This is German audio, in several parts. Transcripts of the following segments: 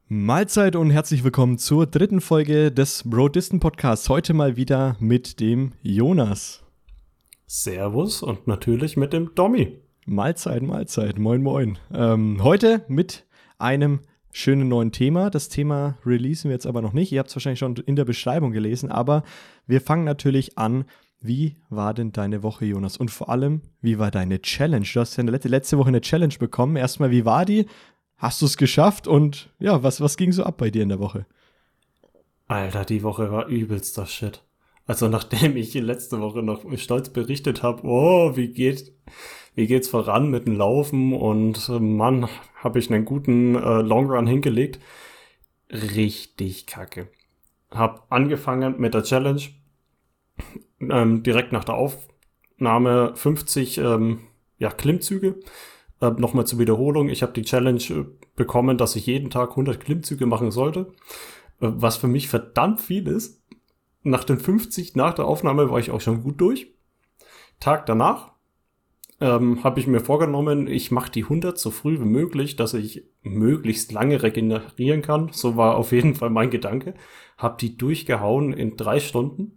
Mahlzeit und herzlich willkommen zur dritten Folge des Broadisten Podcasts. Heute mal wieder mit dem Jonas. Servus und natürlich mit dem Dommi. Mahlzeit, moin moin. Heute mit einem schönen neuen Thema. Das Thema releasen wir jetzt aber noch nicht. Ihr habt es wahrscheinlich schon in der Beschreibung gelesen, aber wir fangen natürlich an. Wie war denn deine Woche, Jonas? Und vor allem, wie war deine Challenge? Du hast ja letzte Woche eine Challenge bekommen. Erstmal, wie war die? Hast du es geschafft? Und ja, was ging so ab bei dir in der Woche? Alter, die Woche war übelster Shit. Also nachdem ich letzte Woche noch stolz berichtet habe, wie geht's voran mit dem Laufen und Mann, habe ich einen guten Longrun hingelegt. Richtig kacke. Hab angefangen mit der Challenge, direkt nach der Aufnahme 50 Klimmzüge. Nochmal zur Wiederholung, ich habe die Challenge bekommen, dass ich jeden Tag 100 Klimmzüge machen sollte, was für mich verdammt viel ist. Nach den 50 nach der Aufnahme war ich auch schon gut durch. Tag danach habe ich mir vorgenommen, ich mache die 100 so früh wie möglich, dass ich möglichst lange regenerieren kann. So war auf jeden Fall mein Gedanke. Habe die durchgehauen in 3 Stunden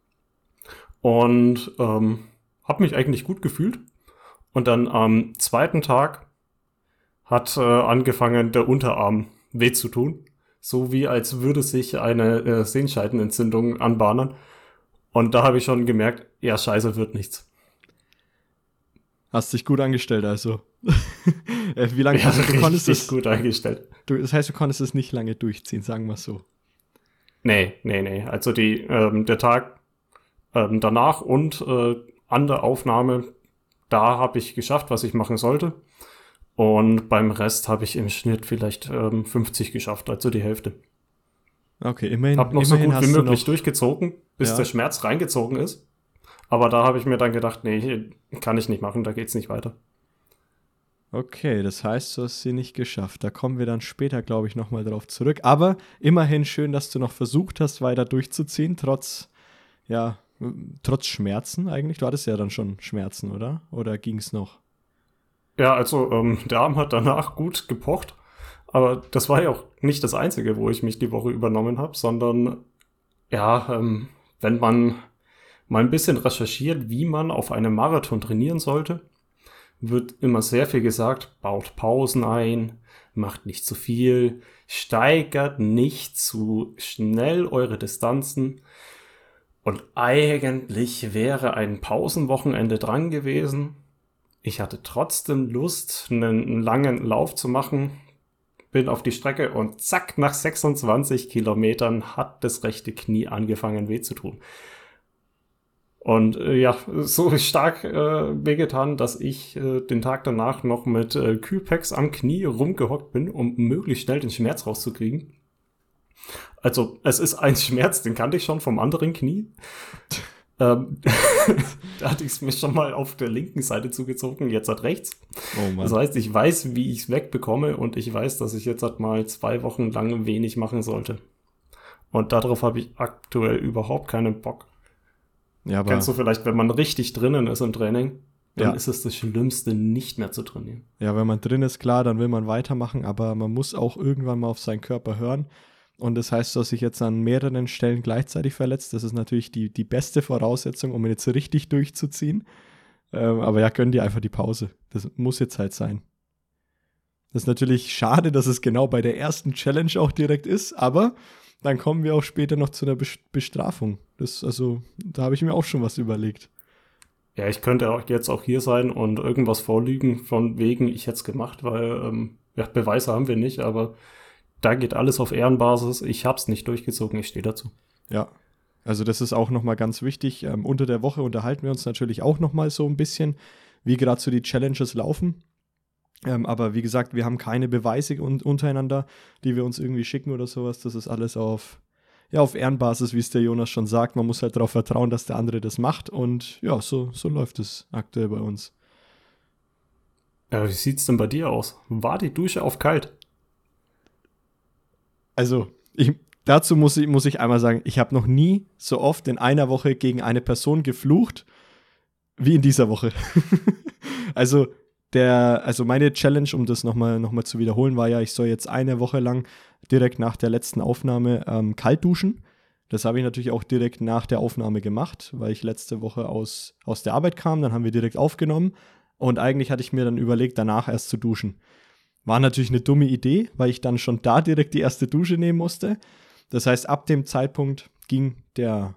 und habe mich eigentlich gut gefühlt. Und dann am zweiten Tag hat angefangen, der Unterarm weh zu tun. So wie als würde sich eine Sehenscheidenentzündung anbahnen. Und da habe ich schon gemerkt, ja, scheiße, wird nichts. Hast dich gut angestellt, also. Wie lange du konntest es gut angestellt. Das heißt, du konntest es nicht lange durchziehen, sagen wir so. Nee. Also der Tag danach und an der Aufnahme, da habe ich geschafft, was ich machen sollte. Und beim Rest habe ich im Schnitt vielleicht 50 geschafft, also die Hälfte. Okay, immerhin. Habe noch so gut wie möglich noch durchgezogen, bis der Schmerz reingezogen ist. Aber da habe ich mir dann gedacht, nee, kann ich nicht machen, da geht's nicht weiter. Okay, das heißt, du hast sie nicht geschafft. Da kommen wir dann später, glaube ich, nochmal drauf zurück. Aber immerhin schön, dass du noch versucht hast, weiter durchzuziehen, trotz Schmerzen eigentlich. Du hattest ja dann schon Schmerzen, oder? Oder ging's noch? Ja, also der Arm hat danach gut gepocht. Aber das war ja auch nicht das Einzige, wo ich mich die Woche übernommen habe, sondern wenn man mal ein bisschen recherchiert, wie man auf einem Marathon trainieren sollte, wird immer sehr viel gesagt, baut Pausen ein, macht nicht zu viel, steigert nicht zu schnell eure Distanzen. Und eigentlich wäre ein Pausenwochenende dran gewesen. Ich hatte trotzdem Lust, einen langen Lauf zu machen, bin auf die Strecke und zack, nach 26 Kilometern hat das rechte Knie angefangen weh zu tun. Und so stark wehgetan, dass ich den Tag danach noch mit Kühlpacks am Knie rumgehockt bin, um möglichst schnell den Schmerz rauszukriegen. Also es ist ein Schmerz, den kannte ich schon vom anderen Knie. Da hatte ich es mir schon mal auf der linken Seite zugezogen, jetzt hat rechts. Oh Mann. Das heißt, ich weiß, wie ich es wegbekomme und ich weiß, dass ich jetzt halt mal 2 Wochen lang wenig machen sollte. Und darauf habe ich aktuell überhaupt keinen Bock. Ja, aber kennst du vielleicht, wenn man richtig drinnen ist im Training, dann Ja. ist es das Schlimmste, nicht mehr zu trainieren. Ja, wenn man drin ist, klar, dann will man weitermachen, aber man muss auch irgendwann mal auf seinen Körper hören. Und das heißt, du hast dich jetzt an mehreren Stellen gleichzeitig verletzt. Das ist natürlich die beste Voraussetzung, um ihn jetzt richtig durchzuziehen. Aber ja, gönn dir einfach die Pause. Das muss jetzt halt sein. Das ist natürlich schade, dass es genau bei der ersten Challenge auch direkt ist, aber dann kommen wir auch später noch zu einer Bestrafung. Da habe ich mir auch schon was überlegt. Ja, ich könnte auch jetzt auch hier sein und irgendwas vorlügen von wegen, ich hätte es gemacht, weil Beweise haben wir nicht, aber da geht alles auf Ehrenbasis. Ich habe es nicht durchgezogen, ich stehe dazu. Ja, also das ist auch nochmal ganz wichtig. Unter der Woche unterhalten wir uns natürlich auch nochmal so ein bisschen, wie gerade so die Challenges laufen. Aber wie gesagt, wir haben keine Beweise untereinander, die wir uns irgendwie schicken oder sowas. Das ist alles auf Ehrenbasis, wie es der Jonas schon sagt. Man muss halt darauf vertrauen, dass der andere das macht. Und ja, so läuft es aktuell bei uns. Wie sieht's denn bei dir aus? War die Dusche auf kalt? Also, dazu muss ich einmal sagen, ich habe noch nie so oft in einer Woche gegen eine Person geflucht, wie in dieser Woche. Also, also meine Challenge, um das nochmal zu wiederholen, war ja, ich soll jetzt eine Woche lang direkt nach der letzten Aufnahme kalt duschen. Das habe ich natürlich auch direkt nach der Aufnahme gemacht, weil ich letzte Woche aus der Arbeit kam, dann haben wir direkt aufgenommen und eigentlich hatte ich mir dann überlegt, danach erst zu duschen. War natürlich eine dumme Idee, weil ich dann schon da direkt die erste Dusche nehmen musste. Das heißt, ab dem Zeitpunkt ging der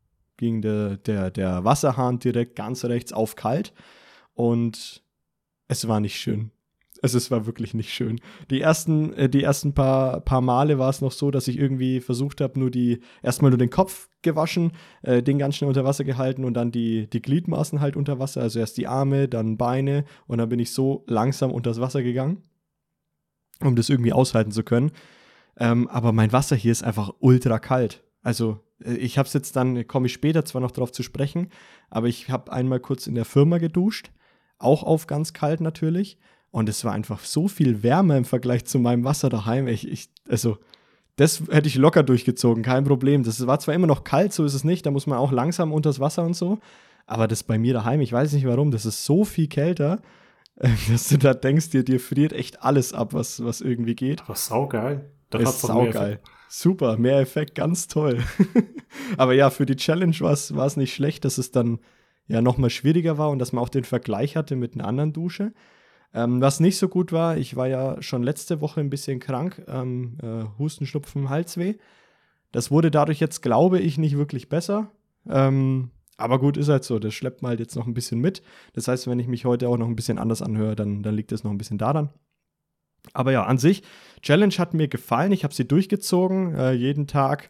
Wasserhahn direkt ganz rechts auf kalt und es war nicht schön. Also es war wirklich nicht schön. Die ersten paar Male war es noch so, dass ich irgendwie versucht habe, erstmal nur den Kopf gewaschen, den ganz schnell unter Wasser gehalten und dann die Gliedmaßen halt unter Wasser. Also erst die Arme, dann Beine und dann bin ich so langsam unter das Wasser gegangen, um das irgendwie aushalten zu können. Aber mein Wasser hier ist einfach ultra kalt. Also ich habe es jetzt dann, komme ich später zwar noch drauf zu sprechen, aber ich habe einmal kurz in der Firma geduscht, auch auf ganz kalt natürlich. Und es war einfach so viel wärmer im Vergleich zu meinem Wasser daheim. Also das hätte ich locker durchgezogen, kein Problem. Das war zwar immer noch kalt, so ist es nicht, da muss man auch langsam unters Wasser und so. Aber das bei mir daheim, ich weiß nicht warum, das ist so viel kälter, dass du da denkst, dir friert echt alles ab, was irgendwie geht. Aber saugeil. Das ist saugeil. Super, mehr Effekt, ganz toll. Aber ja, für die Challenge war es nicht schlecht, dass es dann ja nochmal schwieriger war und dass man auch den Vergleich hatte mit einer anderen Dusche. Was nicht so gut war, ich war ja schon letzte Woche ein bisschen krank, Husten, Schnupfen, Halsweh. Das wurde dadurch jetzt, glaube ich, nicht wirklich besser. Aber gut, ist halt so, das schleppt man halt jetzt noch ein bisschen mit. Das heißt, wenn ich mich heute auch noch ein bisschen anders anhöre, dann liegt es noch ein bisschen daran. Aber ja, an sich, Challenge hat mir gefallen, ich habe sie durchgezogen, jeden Tag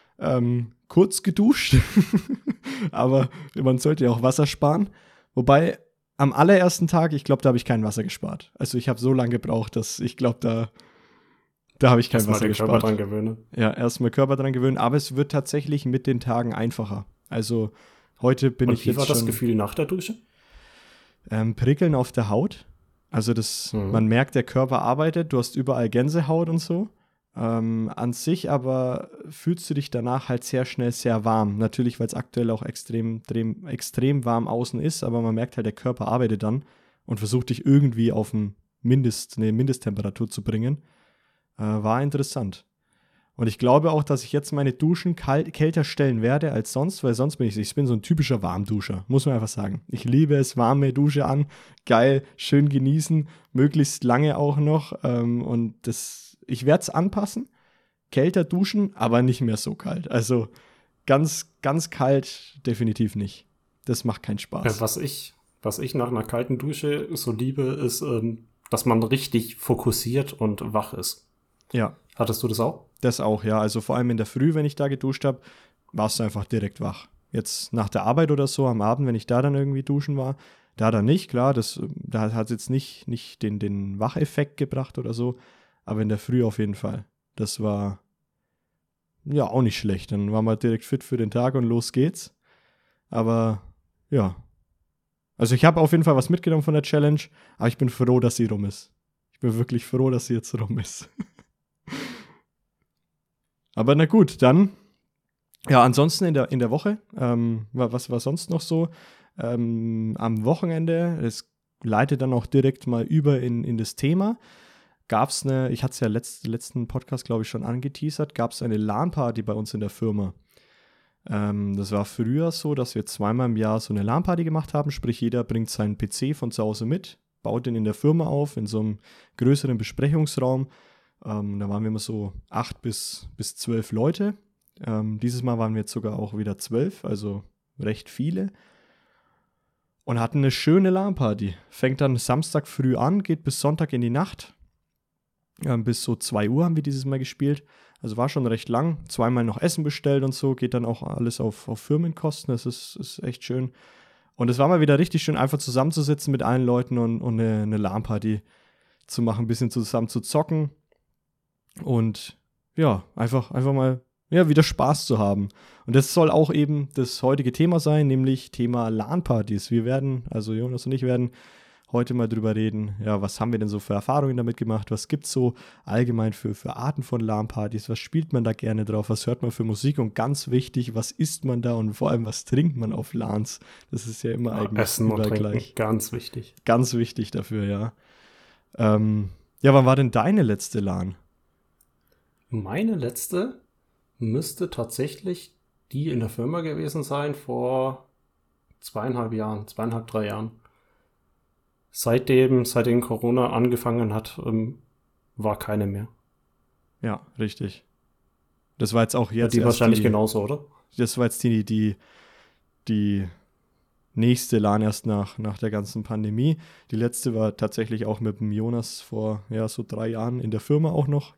kurz geduscht. Aber man sollte ja auch Wasser sparen. Wobei, am allerersten Tag, ich glaube, da habe ich kein Wasser gespart. Also ich habe so lange gebraucht, dass ich glaube, da habe ich kein Wasser gespart. Körper dran gewöhnen. Ja, erstmal Körper dran gewöhnen, aber es wird tatsächlich mit den Tagen einfacher. Also heute bin ich jetzt schon... Wie war das Gefühl nach der Dusche? Prickeln auf der Haut. Also man merkt, der Körper arbeitet, du hast überall Gänsehaut und so. An sich aber fühlst du dich danach halt sehr schnell sehr warm. Natürlich, weil es aktuell auch extrem warm außen ist, aber man merkt halt, der Körper arbeitet dann und versucht dich irgendwie auf eine Mindesttemperatur zu bringen. War interessant. Und ich glaube auch, dass ich jetzt meine Duschen kälter stellen werde als sonst, weil sonst bin ich bin so ein typischer Warmduscher, muss man einfach sagen. Ich liebe es, warme Dusche an, geil, schön genießen, möglichst lange auch noch und ich werde es anpassen, kälter duschen, aber nicht mehr so kalt. Also ganz, ganz kalt definitiv nicht. Das macht keinen Spaß. Was ich nach einer kalten Dusche so liebe, ist, dass man richtig fokussiert und wach ist. Ja. Hattest du das auch? Das auch, ja. Also vor allem in der Früh, wenn ich da geduscht habe, warst du einfach direkt wach. Jetzt nach der Arbeit oder so, am Abend, wenn ich da dann irgendwie duschen war, da dann nicht, klar, da hat es jetzt nicht den Wacheffekt gebracht oder so, aber in der Früh auf jeden Fall. Das war ja auch nicht schlecht. Dann war man direkt fit für den Tag und los geht's. Aber ja. Also ich habe auf jeden Fall was mitgenommen von der Challenge, aber ich bin froh, dass sie rum ist. Ich bin wirklich froh, dass sie jetzt rum ist. Aber na gut, dann, ja, ansonsten in der Woche, was war sonst noch so? Am Wochenende, es leitet dann auch direkt mal über in das Thema, gab's ich hatte es ja letzten Podcast, glaube ich, schon angeteasert, gab es eine LAN-Party bei uns in der Firma. Das war früher so, dass wir zweimal im Jahr so eine LAN-Party gemacht haben, sprich jeder bringt seinen PC von zu Hause mit, baut den in der Firma auf, in so einem größeren Besprechungsraum. Da waren wir immer so 8 bis 12 Leute. Dieses Mal waren wir jetzt sogar auch wieder 12, also recht viele. Und hatten eine schöne LAN-Party. Fängt dann Samstag früh an, geht bis Sonntag in die Nacht. Bis so 2 Uhr haben wir dieses Mal gespielt. Also war schon recht lang. Zweimal noch Essen bestellt und so. Geht dann auch alles auf Firmenkosten. Das ist echt schön. Und es war mal wieder richtig schön, einfach zusammenzusitzen mit allen Leuten und eine LAN-Party zu machen. Ein bisschen zusammen zu zocken. Und ja, einfach mal wieder Spaß zu haben. Und das soll auch eben das heutige Thema sein, nämlich Thema LAN-Partys. Also Jonas und ich werden heute mal drüber reden, ja, was haben wir denn so für Erfahrungen damit gemacht, was gibt es so allgemein für Arten von LAN-Partys, was spielt man da gerne drauf, was hört man für Musik und ganz wichtig, was isst man da und vor allem, was trinkt man auf LANs, das ist ja immer eigentlich Essen und überall Trinken, gleich. ganz wichtig. Ganz wichtig dafür, ja. Ja, wann war denn deine letzte LAN? Meine letzte müsste tatsächlich die in der Firma gewesen sein vor 2,5, 3 Jahren. Seitdem Corona angefangen hat, war keine mehr. Ja, richtig. Das war jetzt auch jetzt Die erst wahrscheinlich genauso, oder? Das war jetzt die nächste LAN erst nach der ganzen Pandemie. Die letzte war tatsächlich auch mit dem Jonas vor so 3 Jahren in der Firma auch noch.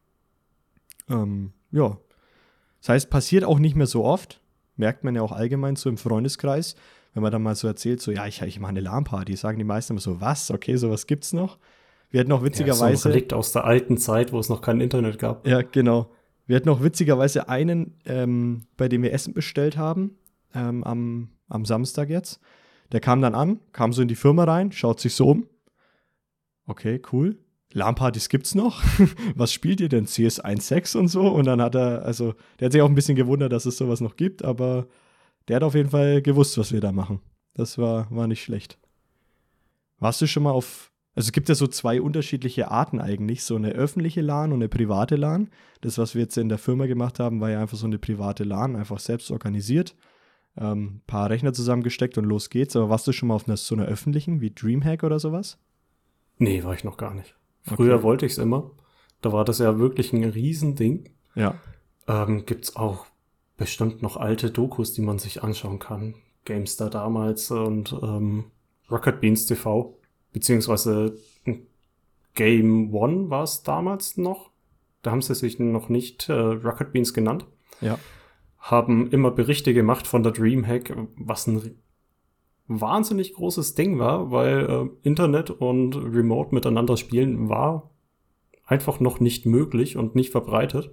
Ja. Das heißt, passiert auch nicht mehr so oft. Merkt man ja auch allgemein so im Freundeskreis. Wenn man dann mal so erzählt, so, ja, ich mache eine LAN-Party, sagen die meisten immer so, was? Okay, sowas gibt's noch. Wir hatten auch witzigerweise. Ja, so ein Relikt aus der alten Zeit, wo es noch kein Internet gab. Ja, genau. Wir hatten auch witzigerweise einen, bei dem wir Essen bestellt haben, am Samstag jetzt. Der kam dann an, kam so in die Firma rein, schaut sich so um. Okay, cool. LAN-Partys gibt's noch? Was spielt ihr denn? CS 1.6 und so? Und dann der hat sich auch ein bisschen gewundert, dass es sowas noch gibt, aber der hat auf jeden Fall gewusst, was wir da machen. Das war nicht schlecht. Warst du schon mal also es gibt ja so 2 unterschiedliche Arten eigentlich, so eine öffentliche LAN und eine private LAN. Das, was wir jetzt in der Firma gemacht haben, war ja einfach so eine private LAN, einfach selbst organisiert. Paar Rechner zusammengesteckt und los geht's. Aber warst du schon mal auf so einer öffentlichen, wie Dreamhack oder sowas? Nee, war ich noch gar nicht. Früher wollte ich es immer. Da war das ja wirklich ein Riesending. Ja. Gibt's auch bestimmt noch alte Dokus, die man sich anschauen kann. GameStar damals und Rocket Beans TV. Beziehungsweise Game One war es damals noch. Da haben sie sich noch nicht Rocket Beans genannt. Ja. Haben immer Berichte gemacht von der Dreamhack, was ein wahnsinnig großes Ding war, weil Internet und Remote miteinander spielen war einfach noch nicht möglich und nicht verbreitet.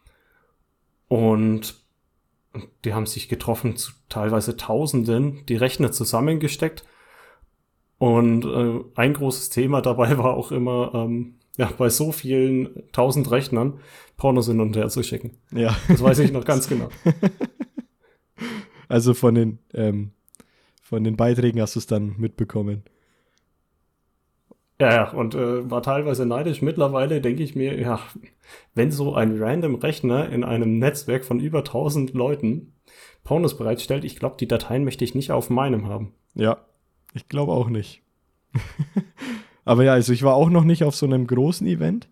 Und die haben sich getroffen zu teilweise Tausenden, die Rechner zusammengesteckt. Und ein großes Thema dabei war auch immer, bei so vielen 1000 Rechnern Pornos hin und her zu schicken. Ja. Das weiß ich noch ganz genau. Also von den Beiträgen hast du es dann mitbekommen. Ja, und war teilweise neidisch. Mittlerweile denke ich mir, ja, wenn so ein random Rechner in einem Netzwerk von über 1000 Leuten Pornos bereitstellt, ich glaube, die Dateien möchte ich nicht auf meinem haben. Ja, ich glaube auch nicht. Aber ja, also ich war auch noch nicht auf so einem großen Event.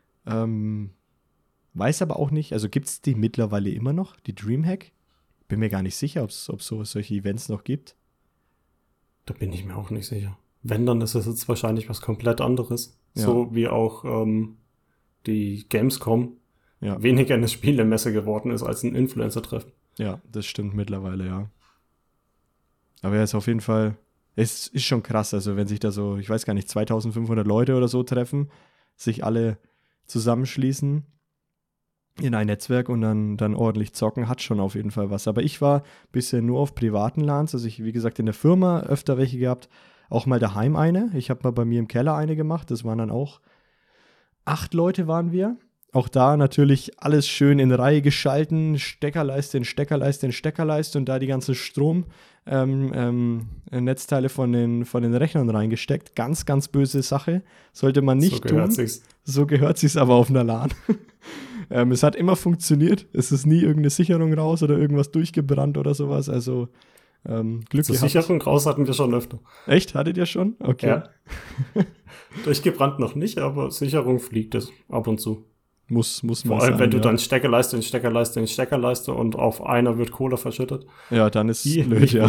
Weiß aber auch nicht, also gibt es die mittlerweile immer noch, die Dreamhack? Bin mir gar nicht sicher, ob es solche Events noch gibt. Da bin ich mir auch nicht sicher. Wenn, dann ist es jetzt wahrscheinlich was komplett anderes. Ja. So wie auch die Gamescom Ja. weniger eine Spielemesse geworden ist als ein Influencer-Treffen. Ja, das stimmt mittlerweile, ja. Aber ja, ist auf jeden Fall, es ist schon krass, also wenn sich da so, ich weiß gar nicht, 2500 Leute oder so treffen, sich alle zusammenschließen in ein Netzwerk und dann ordentlich zocken, hat schon auf jeden Fall was. Aber ich war bisher nur auf privaten LANs, also ich, wie gesagt, in der Firma öfter welche gehabt, auch mal daheim eine. Ich habe mal bei mir im Keller eine gemacht, das waren dann auch 8 Leute waren wir. Auch da natürlich alles schön in Reihe geschalten, Steckerleiste in Steckerleiste in Steckerleiste und da die ganzen Netzteile von den Rechnern reingesteckt. Ganz, ganz böse Sache. Sollte man nicht tun. So gehört sich's aber auf einer LAN. Es hat immer funktioniert. Es ist nie irgendeine Sicherung raus oder irgendwas durchgebrannt oder sowas. Also Glück Zur gehabt. Sicherung raus hatten wir schon öfter. Echt? Hattet ihr schon? Okay. Ja. Durchgebrannt noch nicht, aber Sicherung fliegt es ab und zu. Muss man Vor allem, wenn du dann Steckerleiste in Steckerleiste in Steckerleiste und auf einer wird Cola verschüttet. Ja, dann ist es blöd, ja.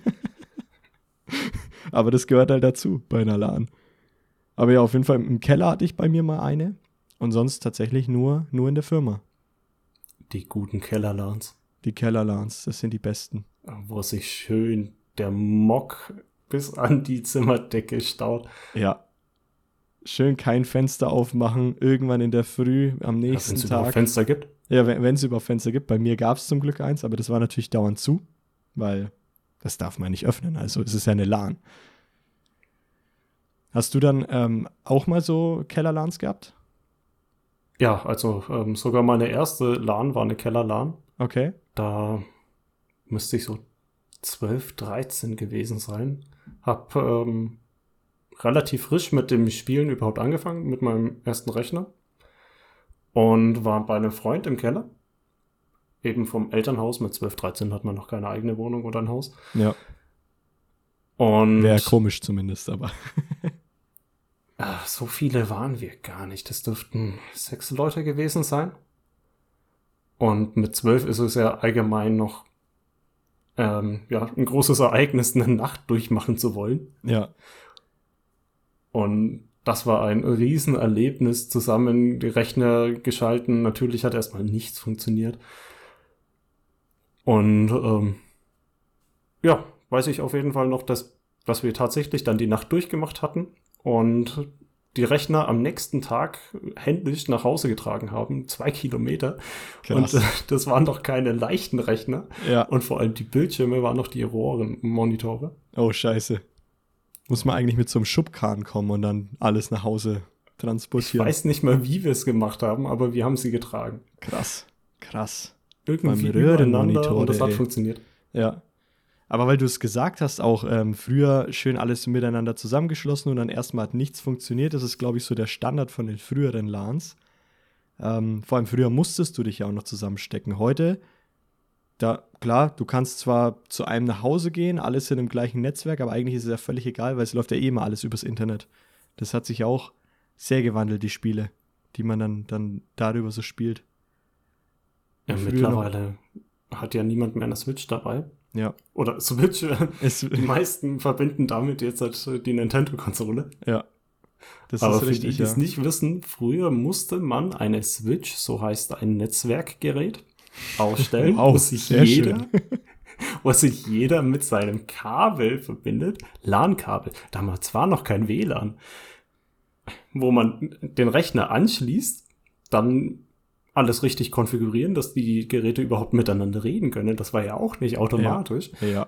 Aber das gehört halt dazu bei einer LAN. Aber ja, auf jeden Fall im Keller hatte ich bei mir mal eine und sonst tatsächlich nur in der Firma. Die guten Keller-LANs. Die Keller-LANs, das sind die besten. Wo sich schön der Mock bis an die Zimmerdecke staut. Ja. Schön kein Fenster aufmachen, irgendwann in der Früh am nächsten Tag. Wenn es überhaupt Fenster gibt? Ja, wenn es überhaupt Fenster gibt. Bei mir gab es zum Glück eins, aber das war natürlich dauernd zu, weil das darf man nicht öffnen. Also es ist ja eine LAN. Hast du dann auch mal so Keller-LANs gehabt? Ja, also sogar meine erste LAN war eine Keller-LAN. Okay. Da müsste ich so 12, 13 gewesen sein. Hab relativ frisch mit dem Spielen überhaupt angefangen, mit meinem ersten Rechner. Und war bei einem Freund im Keller. Eben vom Elternhaus. Mit 12, 13 hat man noch keine eigene Wohnung oder ein Haus. Ja. Und Wäre komisch zumindest, aber. so viele waren wir gar nicht. Das dürften 6 Leute gewesen sein. Und mit 12 ist es ja allgemein noch ein großes Ereignis, eine Nacht durchmachen zu wollen. Ja. Und das war ein Riesenerlebnis, zusammen die Rechner geschalten. Natürlich hat erstmal nichts funktioniert. Und weiß ich auf jeden Fall noch, dass wir tatsächlich dann die Nacht durchgemacht hatten und die Rechner am nächsten Tag händisch nach Hause getragen haben, 2 Kilometer. Krass. Und das waren doch keine leichten Rechner. Ja. Und vor allem die Bildschirme waren noch die Röhrenmonitore. Oh, scheiße. Muss man eigentlich mit so einem Schubkarren kommen und dann alles nach Hause Ich transportieren. weiß nicht mal, wie wir es gemacht haben, aber wir haben sie getragen. Krass. Irgendwie Beim übereinander Röhrenmonitore, und das hat ey. funktioniert. Ja. Aber weil du es gesagt hast, auch früher schön alles miteinander zusammengeschlossen und dann erstmal hat nichts funktioniert. Das ist, glaube ich, so der Standard von den früheren LANs. Vor allem früher musstest du dich ja auch noch zusammenstecken. Heute, klar, du kannst zwar zu einem nach Hause gehen, alles sind im gleichen Netzwerk, aber eigentlich ist es ja völlig egal, weil es läuft ja eh immer alles übers Internet. Das hat sich auch sehr gewandelt, die Spiele, die man dann darüber so spielt. Ja, Früher mittlerweile hat ja niemand mehr eine Switch dabei. Ja. Oder Switch. Es, Die meisten verbinden damit jetzt halt die Nintendo-Konsole. ja. Das Aber ist für richtig, die, die ja. es nicht wissen, früher musste man eine Switch, so heißt ein Netzwerkgerät, ausstellen, Wow, wo sich sehr jeder mit seinem Kabel verbindet. LAN-Kabel. Damals war noch kein WLAN. Wo man den Rechner anschließt, dann alles richtig konfigurieren, dass die Geräte überhaupt miteinander reden können. Das war ja auch nicht automatisch. Ja.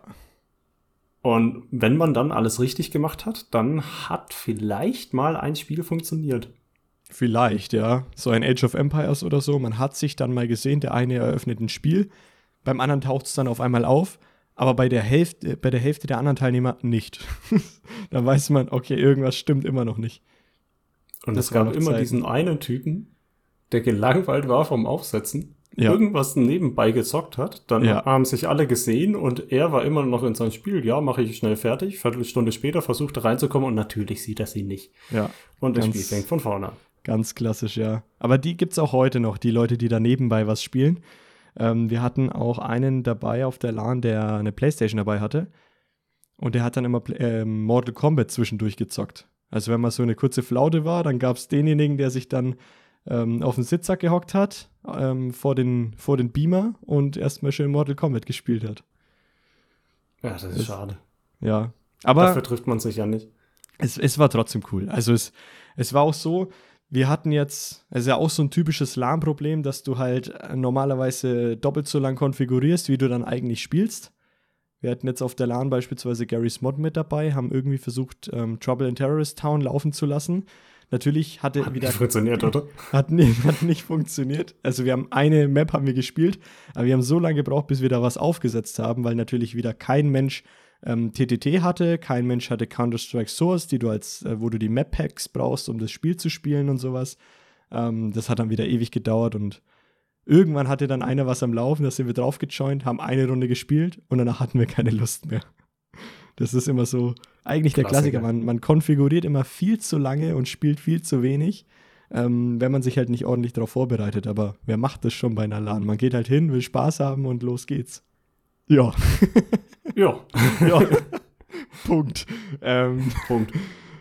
Und wenn man dann alles richtig gemacht hat, dann hat vielleicht mal ein Spiel funktioniert. Vielleicht, ja. So ein Age of Empires oder so. Man hat sich dann mal gesehen, der eine eröffnet ein Spiel, beim anderen taucht es dann auf einmal auf, aber bei der Hälfte der anderen Teilnehmer nicht. Dann weiß man, okay, irgendwas stimmt immer noch nicht. Und Das es war gab noch immer Zeiten. diesen einen Typen, der gelangweilt war vom Aufsetzen, Ja. irgendwas nebenbei gezockt hat, dann Ja. haben sich alle gesehen und er war immer noch in seinem Spiel. Ja, mache ich schnell fertig. Viertelstunde später versucht er reinzukommen und natürlich sieht er sie nicht. Ja, Und das Ganz- Spiel fängt von vorne an. ganz klassisch, ja. Aber die gibt's auch heute noch, die Leute, die da nebenbei was spielen. Wir hatten auch einen dabei auf der LAN, der eine Playstation dabei hatte. Und der hat dann immer Mortal Kombat zwischendurch gezockt. Also wenn mal so eine kurze Flaute war, dann gab es denjenigen, der sich dann auf den Sitzsack gehockt hat, vor den Beamer und erstmal schön Mortal Kombat gespielt hat. Ja, das ist Das- schade. Ja, aber Dafür trifft man sich ja nicht. es war trotzdem cool. Also es war auch so, wir hatten jetzt, es ist ja auch so ein typisches LAN-Problem, dass du halt normalerweise doppelt so lang konfigurierst, wie du dann eigentlich spielst. Wir hatten jetzt auf der LAN beispielsweise Garry's Mod mit dabei, haben irgendwie versucht, Trouble in Terrorist Town laufen zu lassen. Natürlich Hat nicht funktioniert, oder? hat nicht funktioniert. Also wir haben eine Map haben wir gespielt, aber wir haben so lange gebraucht, bis wir da was aufgesetzt haben, weil natürlich wieder kein Mensch TTT hatte, kein Mensch hatte Counter-Strike Source, die du wo du die Map-Packs brauchst, um das Spiel zu spielen und sowas. Das hat dann wieder ewig gedauert und irgendwann hatte dann einer was am Laufen, da sind wir drauf gejoint, haben eine Runde gespielt und danach hatten wir keine Lust mehr. Das ist immer so, eigentlich der Klassiker. Klassiker. Man konfiguriert immer viel zu lange und spielt viel zu wenig, wenn man sich halt nicht ordentlich darauf vorbereitet. Aber wer macht das schon bei einer LAN? Man geht halt hin, will Spaß haben und los geht's. Ja, Ja, ja. Punkt. Punkt.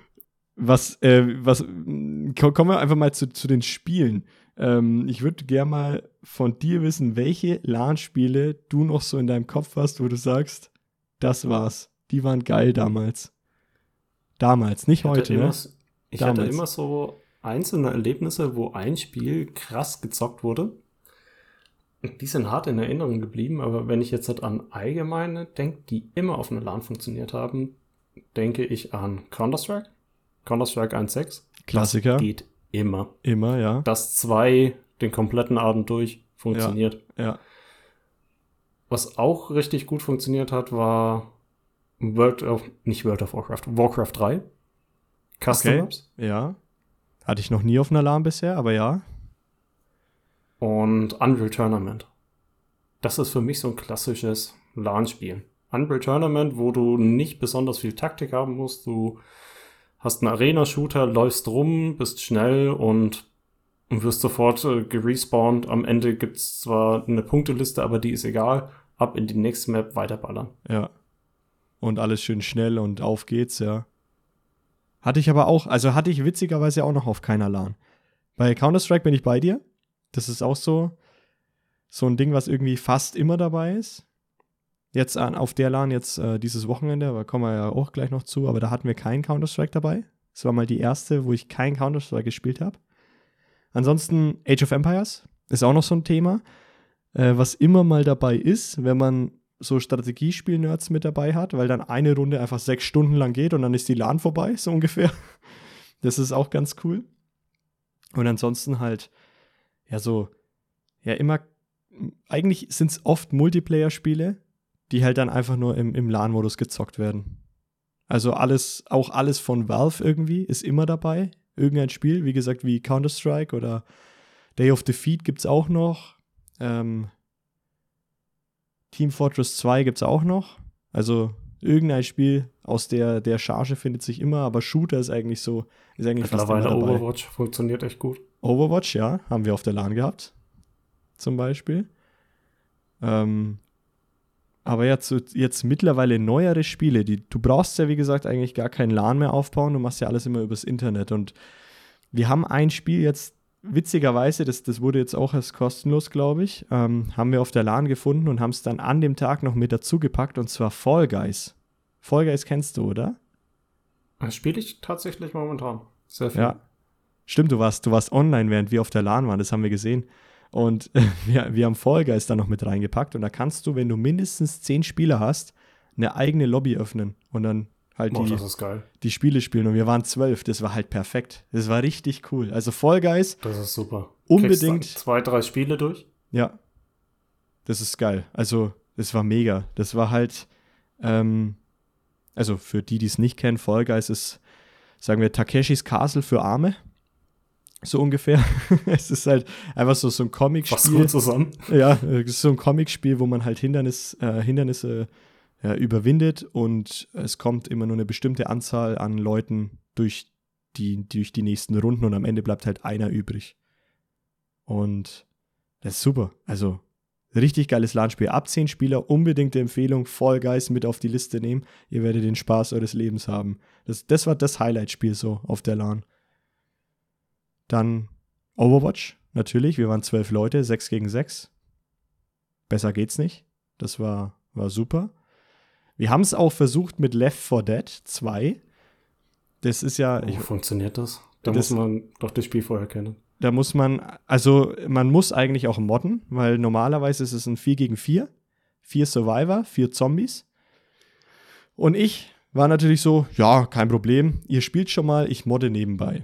Kommen wir einfach mal zu den Spielen. Ich würde gerne mal von dir wissen, welche LAN-Spiele du noch so in deinem Kopf hast, wo du sagst, das war's. Die waren geil damals. Damals, nicht heute, ne? Ich hatte Damals. immer so einzelne Erlebnisse, wo ein Spiel krass gezockt wurde. Die sind hart in Erinnerung geblieben, aber wenn ich jetzt halt an allgemeine denke, die immer auf einer LAN funktioniert haben, denke ich an Counter-Strike, Counter-Strike 1.6. Klassiker. Das geht immer. Immer, ja. Das 2 den kompletten Abend durch funktioniert. Ja. Was auch richtig gut funktioniert hat, war Warcraft 3. Custom Maps. Ja. Hatte ich noch nie auf einer LAN bisher, aber ja. Und Unreal Tournament. Das ist für mich so ein klassisches LAN-Spiel. Unreal Tournament, wo du nicht besonders viel Taktik haben musst. Du hast einen Arena-Shooter, läufst rum, bist schnell und wirst sofort gerespawnt. Am Ende gibt es zwar eine Punkteliste, aber die ist egal. Ab in die nächste Map, weiterballern. Ja. Und alles schön schnell und auf geht's, ja. Hatte ich witzigerweise auch noch auf keiner LAN. Bei Counter-Strike bin ich bei dir. Das ist auch so ein Ding, was irgendwie fast immer dabei ist. Jetzt auf der LAN dieses Wochenende, aber kommen wir ja auch gleich noch zu, aber da hatten wir keinen Counter-Strike dabei. Das war mal die erste, wo ich kein Counter-Strike gespielt habe. Ansonsten Age of Empires ist auch noch so ein Thema, was immer mal dabei ist, wenn man so Strategiespiel-Nerds mit dabei hat, weil dann eine Runde einfach 6 Stunden lang geht und dann ist die LAN vorbei, so ungefähr. Das ist auch ganz cool. Und ansonsten halt, eigentlich sind es oft Multiplayer-Spiele, die halt dann einfach nur im LAN-Modus gezockt werden. Also alles von Valve irgendwie ist immer dabei. Irgendein Spiel, wie gesagt, wie Counter-Strike oder Day of Defeat gibt's auch noch. Team Fortress 2 gibt's auch noch. Also irgendein Spiel aus der Charge findet sich immer, aber Shooter ist eigentlich fast immer dabei. Overwatch funktioniert echt gut. Overwatch, ja, haben wir auf der LAN gehabt. Zum Beispiel. Aber jetzt mittlerweile neuere Spiele, du brauchst ja, wie gesagt, eigentlich gar kein LAN mehr aufbauen, du machst ja alles immer übers Internet. Und wir haben ein Spiel jetzt, witzigerweise, das wurde jetzt auch erst kostenlos, glaube ich, haben wir auf der LAN gefunden und haben es dann an dem Tag noch mit dazu gepackt, und zwar Fall Guys. Fall Guys kennst du, oder? Das spiele ich tatsächlich momentan. Sehr viel. Ja, stimmt, du warst online, während wir auf der LAN waren, das haben wir gesehen. Und wir haben Fall Guys da noch mit reingepackt und da kannst du, wenn du mindestens 10 Spieler hast, eine eigene Lobby öffnen und dann halt das ist geil. die Spiele spielen. Und wir waren 12, das war halt perfekt. Das war richtig cool. Also Fall Guys. Das ist super. Unbedingt. 2, 3 Spiele durch? Ja. Das ist geil. Also, das war mega. Das war halt, also für die es nicht kennen, Fall Guys ist, sagen wir, Takeshis Castle für Arme. So ungefähr. Es ist halt einfach so ein Comic-Spiel. Passt gut zusammen. Ja, es ist so ein Comic-Spiel, wo man halt Hindernisse überwindet und es kommt immer nur eine bestimmte Anzahl an Leuten durch die nächsten Runden und am Ende bleibt halt einer übrig. Und das ist super. Also richtig geiles LAN-Spiel. Ab 10 Spieler, unbedingte Empfehlung, Fall Guys mit auf die Liste nehmen. Ihr werdet den Spaß eures Lebens haben. Das war das Highlight-Spiel so auf der LAN. Dann Overwatch, natürlich. Wir waren 12 Leute, 6 gegen 6. Besser geht's nicht. Das war super. Wir haben es auch versucht mit Left 4 Dead 2. Das ist ja... Wie funktioniert das? Da muss man doch das Spiel vorher kennen. Da muss man muss eigentlich auch modden, weil normalerweise ist es ein 4 gegen 4. 4 Survivor, 4 Zombies. Und ich war natürlich so, ja, kein Problem. Ihr spielt schon mal, ich modde nebenbei.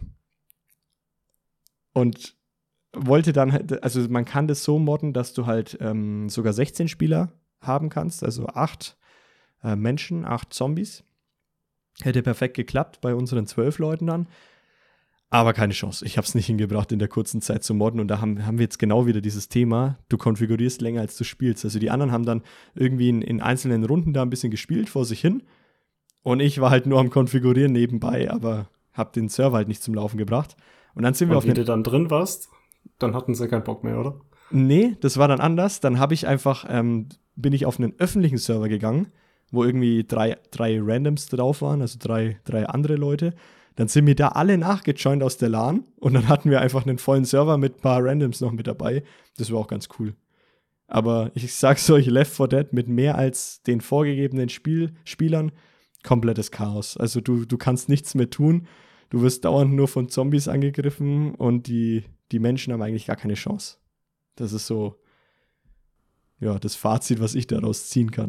Und wollte dann halt, also man kann das so modden, dass du halt sogar 16 Spieler haben kannst, also 8 Menschen, 8 Zombies. Hätte perfekt geklappt bei unseren 12 Leuten dann. Aber keine Chance. Ich habe es nicht hingebracht, in der kurzen Zeit zu modden. Und da haben wir jetzt genau wieder dieses Thema, du konfigurierst länger, als du spielst. Also die anderen haben dann irgendwie in einzelnen Runden da ein bisschen gespielt, vor sich hin. Und ich war halt nur am Konfigurieren nebenbei, aber habe den Server halt nicht zum Laufen gebracht. Und dann sind wir wenn du dann drin warst, dann hatten sie keinen Bock mehr, oder? Nee, das war dann anders. Dann habe ich einfach, bin ich auf einen öffentlichen Server gegangen, wo irgendwie drei Randoms drauf waren, also drei andere Leute. Dann sind mir da alle nachgejoint aus der LAN und dann hatten wir einfach einen vollen Server mit ein paar Randoms noch mit dabei. Das war auch ganz cool. Aber ich sag's euch, Left 4 Dead mit mehr als den vorgegebenen Spielern, komplettes Chaos. Also du kannst nichts mehr tun. Du wirst dauernd nur von Zombies angegriffen und die Menschen haben eigentlich gar keine Chance. Das ist so, ja, das Fazit, was ich daraus ziehen kann.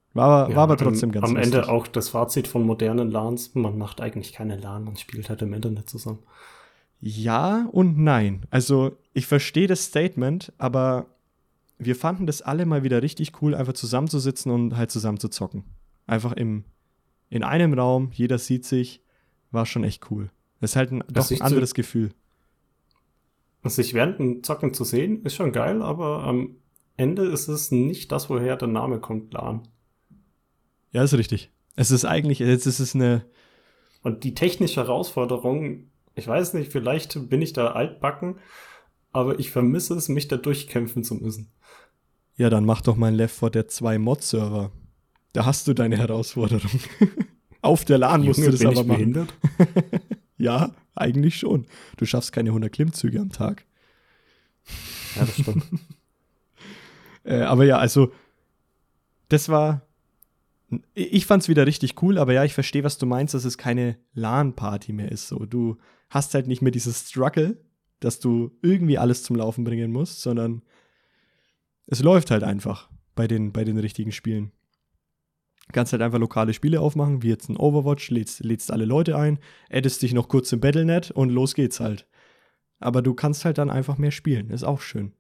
War aber trotzdem ganz am lustig. Ende auch das Fazit von modernen LANs, man macht eigentlich keine LAN, man spielt halt im Internet zusammen. Ja und nein. Also ich verstehe das Statement, aber wir fanden das alle mal wieder richtig cool, einfach zusammenzusitzen und halt zusammen zu zocken. Einfach in einem Raum, jeder sieht sich, war schon echt cool. Das ist halt doch ein anderes Gefühl. Sich während dem Zocken zu sehen, ist schon geil, aber am Ende ist es nicht das, woher der Name kommt, LAN. Ja, ist richtig. Es ist eigentlich, jetzt ist es eine... Und die technische Herausforderung, ich weiß nicht, vielleicht bin ich da altbacken, aber ich vermisse es, mich da durchkämpfen zu müssen. Ja, dann mach doch mal einen Left 4 Dead 2 Mod-Server. Da hast du deine Herausforderung. Auf der LAN musst du das aber machen. Behindert? Ja, eigentlich schon. Du schaffst keine 100 Klimmzüge am Tag. Ja, das stimmt. Aber ja, also das war... Ich fand's wieder richtig cool, aber ja, ich verstehe, was du meinst, dass es keine LAN-Party mehr ist. So, du hast halt nicht mehr dieses Struggle, dass du irgendwie alles zum Laufen bringen musst, sondern es läuft halt einfach bei den richtigen Spielen. Du kannst halt einfach lokale Spiele aufmachen, wie jetzt ein Overwatch, lädst alle Leute ein, addest dich noch kurz im Battle.net und los geht's halt. Aber du kannst halt dann einfach mehr spielen, ist auch schön.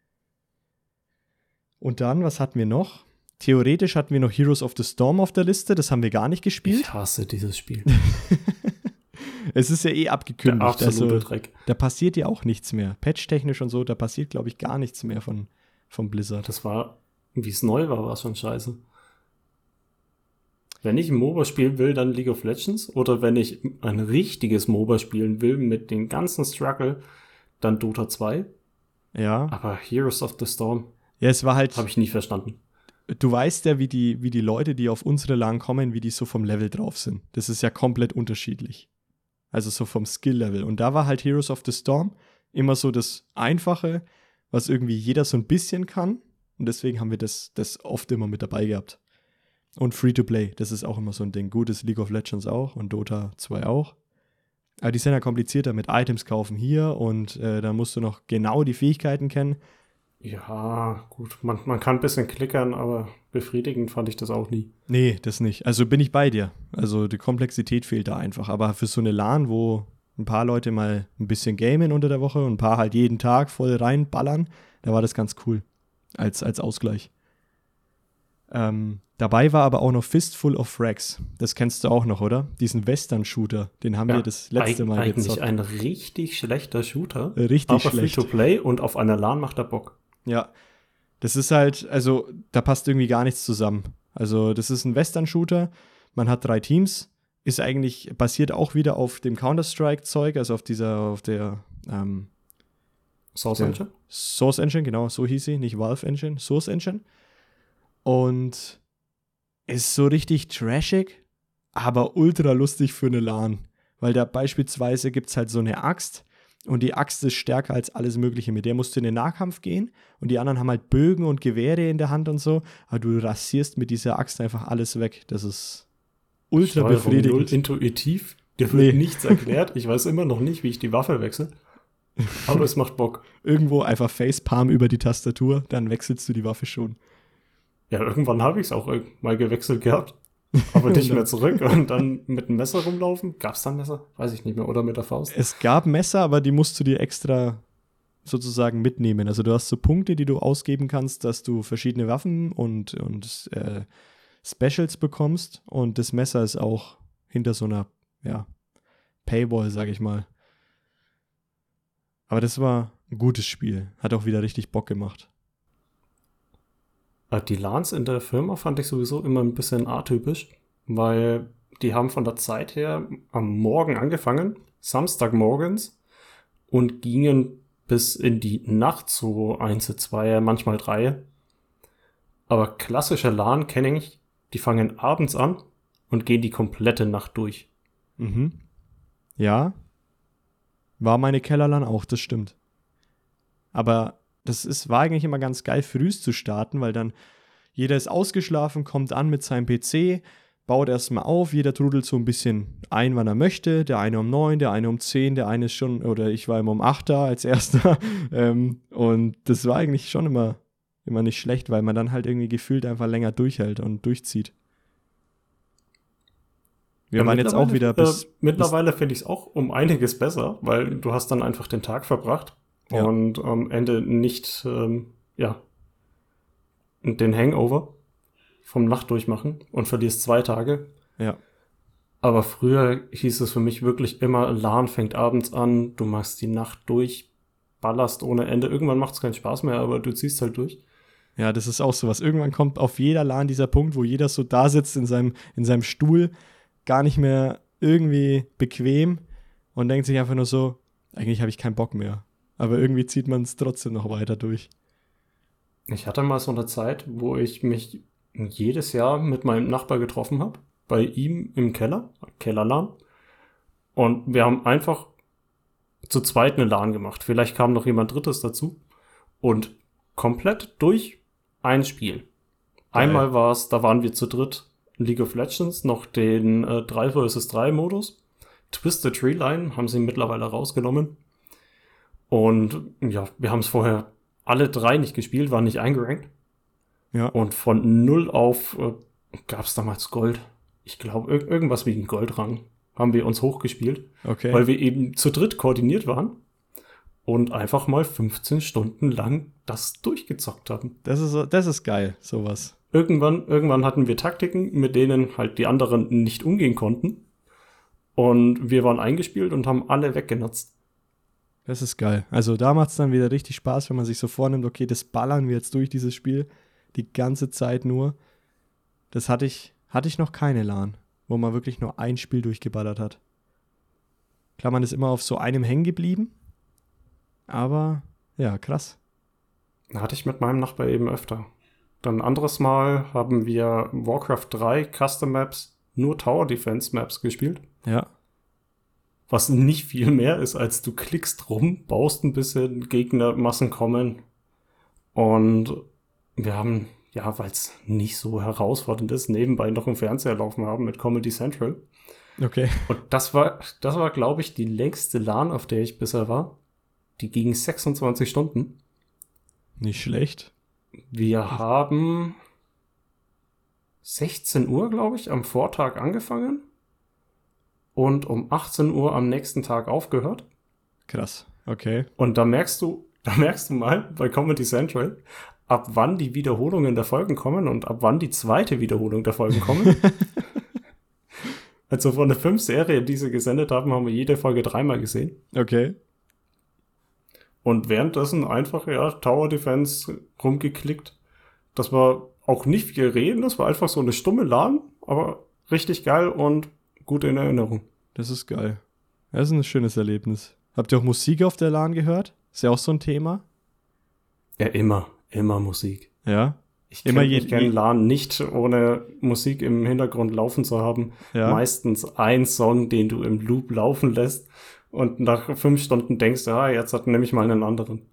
Und dann, was hatten wir noch? Theoretisch hatten wir noch Heroes of the Storm auf der Liste, das haben wir gar nicht gespielt. Ich hasse dieses Spiel. Es ist ja eh abgekündigt. Der absolute Dreck. Da passiert ja auch nichts mehr. Patch-technisch und so, da passiert, glaube ich, gar nichts mehr von Blizzard. Das war, wie es neu war es schon scheiße. Wenn ich ein MOBA spielen will, dann League of Legends. Oder wenn ich ein richtiges MOBA spielen will mit dem ganzen Struggle, dann Dota 2. Ja. Aber Heroes of the Storm, ja, es war halt, habe ich nie verstanden. Du weißt ja, wie die Leute, die auf unsere LAN kommen, wie die so vom Level drauf sind. Das ist ja komplett unterschiedlich. Also so vom Skill-Level. Und da war halt Heroes of the Storm immer so das Einfache, was irgendwie jeder so ein bisschen kann. Und deswegen haben wir das oft immer mit dabei gehabt. Und Free-to-Play, das ist auch immer so ein Ding. Gut ist League of Legends auch und Dota 2 auch. Aber die sind ja komplizierter mit Items kaufen hier und da musst du noch genau die Fähigkeiten kennen. Ja, gut, man kann ein bisschen klickern, aber befriedigend fand ich das auch nie. Nee, das nicht. Also bin ich bei dir. Also die Komplexität fehlt da einfach. Aber für so eine LAN, wo ein paar Leute mal ein bisschen gamen unter der Woche und ein paar halt jeden Tag voll reinballern, da war das ganz cool. Als Ausgleich. Dabei war aber auch noch Fistful of Frags. Das kennst du auch noch, oder? Diesen Western-Shooter, den haben wir das letzte Mal gezockt. Eigentlich ein richtig schlechter Shooter. Richtig aber schlecht. Free-to-Play und auf einer LAN macht er Bock. Ja, das ist halt, also da passt irgendwie gar nichts zusammen. Also das ist ein Western-Shooter, man hat 3 Teams, ist eigentlich, basiert auch wieder auf dem Counter-Strike-Zeug, also auf der Source Engine? Source Engine, genau, so hieß sie, nicht Valve Engine, Source Engine. Und ist so richtig trashig, aber ultra lustig für eine LAN. Weil da beispielsweise gibt es halt so eine Axt, und die Axt ist stärker als alles Mögliche. Mit der musst du in den Nahkampf gehen und die anderen haben halt Bögen und Gewehre in der Hand und so. Aber du rasierst mit dieser Axt einfach alles weg. Das ist ultra befriedigend. Null intuitiv. Dir wird nichts erklärt. Ich weiß immer noch nicht, wie ich die Waffe wechsle. Aber es macht Bock. Irgendwo einfach Facepalm über die Tastatur, dann wechselst du die Waffe schon. Ja, irgendwann habe ich es auch mal gewechselt gehabt. Aber nicht mehr zurück und dann mit dem Messer rumlaufen. Gab es da ein Messer? Weiß ich nicht mehr. Oder mit der Faust? Es gab Messer, aber die musst du dir extra sozusagen mitnehmen. Also du hast so Punkte, die du ausgeben kannst, dass du verschiedene Waffen und Specials bekommst. Und das Messer ist auch hinter so einer, ja, Paywall, sag ich mal. Aber das war ein gutes Spiel. Hat auch wieder richtig Bock gemacht. Die LANs in der Firma fand ich sowieso immer ein bisschen atypisch, weil die haben von der Zeit her am Morgen angefangen, Samstagmorgens, und gingen bis in die Nacht, so 1, 2, manchmal 3. Aber klassische LAN kenne ich, die fangen abends an und gehen die komplette Nacht durch. Mhm. Ja, war meine Keller-LAN auch, das stimmt. Aber war eigentlich immer ganz geil, früh zu starten, weil dann jeder ist ausgeschlafen, kommt an mit seinem PC, baut erstmal auf, jeder trudelt so ein bisschen ein, wann er möchte. Der eine um 9, der eine um 10, der eine ist schon, oder ich war immer um 8 da als Erster. Und das war eigentlich schon immer immer nicht schlecht, weil man dann halt irgendwie gefühlt einfach länger durchhält und durchzieht. Wir waren jetzt auch wieder mittlerweile finde ich es auch um einiges besser, weil du hast dann einfach den Tag verbracht und am Ende nicht den Hangover vom Nachtdurchmachen und verlierst 2 Tage. Ja. Aber früher hieß es für mich wirklich immer, LAN fängt abends an, du machst die Nacht durch, ballerst ohne Ende. Irgendwann macht es keinen Spaß mehr, aber du ziehst halt durch. Ja, das ist auch sowas. Irgendwann kommt auf jeder LAN dieser Punkt, wo jeder so da sitzt in seinem Stuhl, gar nicht mehr irgendwie bequem und denkt sich einfach nur so, eigentlich habe ich keinen Bock mehr. Aber irgendwie zieht man es trotzdem noch weiter durch. Ich hatte mal so eine Zeit, wo ich mich jedes Jahr mit meinem Nachbar getroffen habe, bei ihm im Keller-LAN. Und wir haben einfach zu zweit eine LAN gemacht. Vielleicht kam noch jemand Drittes dazu. Und komplett durch ein Spiel. Geil. Einmal da waren wir zu dritt League of Legends, noch den 3 vs 3 Modus. Twisted Tree Line haben sie mittlerweile rausgenommen. Und ja, wir haben es vorher alle 3 nicht gespielt, waren nicht eingerankt. Ja. Und von 0 auf gab es damals Gold. Ich glaube, irgendwas wie ein Goldrang haben wir uns hochgespielt. Okay. Weil wir eben zu dritt koordiniert waren und einfach mal 15 Stunden lang das durchgezockt haben. Das ist geil, sowas. Irgendwann hatten wir Taktiken, mit denen halt die anderen nicht umgehen konnten. Und wir waren eingespielt und haben alle weggenutzt. Das ist geil. Also da macht es dann wieder richtig Spaß, wenn man sich so vornimmt, okay, das ballern wir jetzt durch dieses Spiel die ganze Zeit nur. Das hatte ich noch keine LAN, wo man wirklich nur ein Spiel durchgeballert hat. Klar, man ist immer auf so einem hängen geblieben, aber ja, krass. Hatte ich mit meinem Nachbar eben öfter. Dann ein anderes Mal haben wir Warcraft 3 Custom Maps, nur Tower Defense Maps gespielt. Ja. Was nicht viel mehr ist, als du klickst rum, baust ein bisschen, Gegnermassen kommen. Und wir haben, ja, weil es nicht so herausfordernd ist, nebenbei noch einen Fernseher laufen haben mit Comedy Central. Okay. Und das war, glaube ich, die längste LAN, auf der ich bisher war. Die ging 26 Stunden. Nicht schlecht. Wir haben 16 Uhr, glaube ich, am Vortag angefangen und um 18 Uhr am nächsten Tag aufgehört. Krass, okay. Und da merkst du mal bei Comedy Central, ab wann die Wiederholungen der Folgen kommen und ab wann die zweite Wiederholung der Folgen kommen. Also von der 5 Serie, die sie gesendet haben, haben wir jede Folge 3-mal gesehen. Okay. Und währenddessen einfach, ja, Tower Defense rumgeklickt. Das war auch nicht viel reden, das war einfach so eine stumme LAN, aber richtig geil und gut in Erinnerung. Das ist geil. Das ist ein schönes Erlebnis. Habt ihr auch Musik auf der LAN gehört? Ist ja auch so ein Thema. Ja, immer Musik. Ja. Ich kenne LAN nicht, ohne Musik im Hintergrund laufen zu haben. Ja. Meistens ein Song, den du im Loop laufen lässt und nach 5 Stunden denkst, jetzt nehme ich mal einen anderen.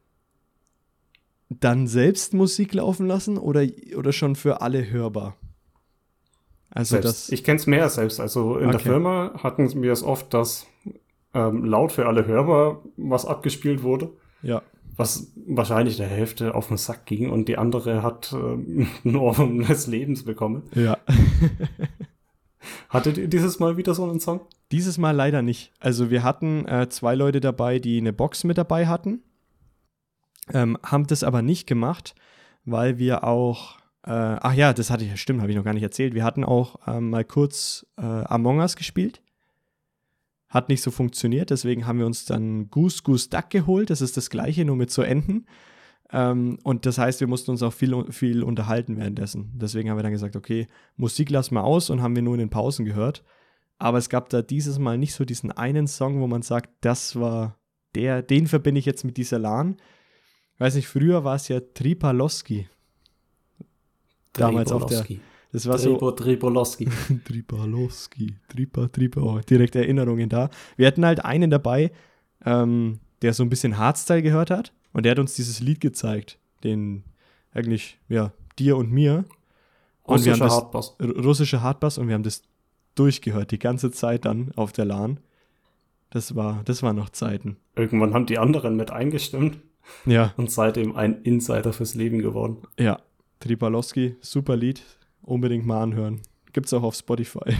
Dann selbst Musik laufen lassen oder schon für alle hörbar? Also selbst. Ich kenne es mehr selbst. Also in der Firma hatten wir es oft, dass laut für alle hörbar was abgespielt wurde. Ja. Was wahrscheinlich der Hälfte auf den Sack ging und die andere hat ein Ohrwurm des Lebens bekommen. Ja. Hattet ihr dieses Mal wieder so einen Song? Dieses Mal leider nicht. Also wir hatten 2 Leute dabei, die eine Box mit dabei hatten. Haben das aber nicht gemacht, weil wir auch, das habe ich noch gar nicht erzählt. Wir hatten auch mal kurz Among Us gespielt. Hat nicht so funktioniert, deswegen haben wir uns dann Goose Goose Duck geholt. Das ist das Gleiche, nur mit so Enten. Und das heißt, wir mussten uns auch viel unterhalten währenddessen. Deswegen haben wir dann gesagt, okay, Musik lassen wir aus und haben wir nur in den Pausen gehört. Aber es gab da dieses Mal nicht so diesen einen Song, wo man sagt, das war den verbinde ich jetzt mit dieser LAN. Ich weiß nicht, früher war es ja Tripalowski. Damals auf der. Das war Tripolowski. Tripalowski. Oh, direkt Erinnerungen da. Wir hatten halt einen dabei, der so ein bisschen Hardstyle gehört hat. Und der hat uns dieses Lied gezeigt. Den eigentlich, ja, dir und mir. Und wir haben das russische Hardbass und wir haben das durchgehört, die ganze Zeit dann auf der LAN. Das war noch Zeiten. Irgendwann haben die anderen mit eingestimmt. Ja. Und seitdem ein Insider fürs Leben geworden. Ja. Tripalowski, super Lied. Unbedingt mal anhören. Gibt's auch auf Spotify.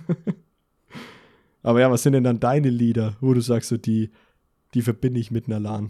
Aber ja, was sind denn dann deine Lieder, wo du sagst, so die verbinde ich mit einer LAN?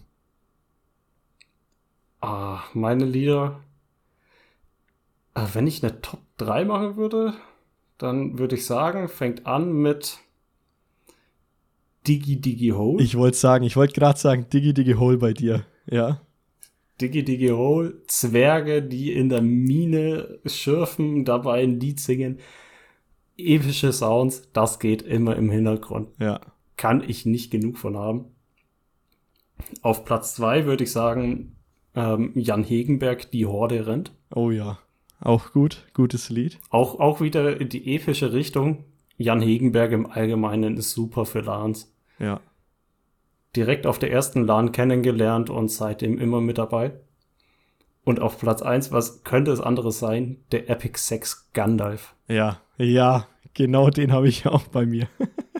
Meine Lieder. Wenn ich eine Top 3 machen würde, dann würde ich sagen, fängt an mit Diggy Diggy Hole. Ich wollte gerade sagen, Diggy Diggy Hole bei dir. Ja. Diggy Diggy Hole, Zwerge, die in der Mine schürfen, dabei ein Lied singen. Epische Sounds, das geht immer im Hintergrund. Ja. Kann ich nicht genug von haben. Auf Platz 2 würde ich sagen, Jan Hegenberg, Die Horde rennt. Oh ja, auch gut, gutes Lied. Auch wieder in die epische Richtung. Jan Hegenberg im Allgemeinen ist super für LANs. Ja. Direkt auf der ersten LAN kennengelernt und seitdem immer mit dabei. Und auf Platz 1, was könnte es anderes sein? Der Epic Sex Gandalf. Ja, genau den habe ich auch bei mir.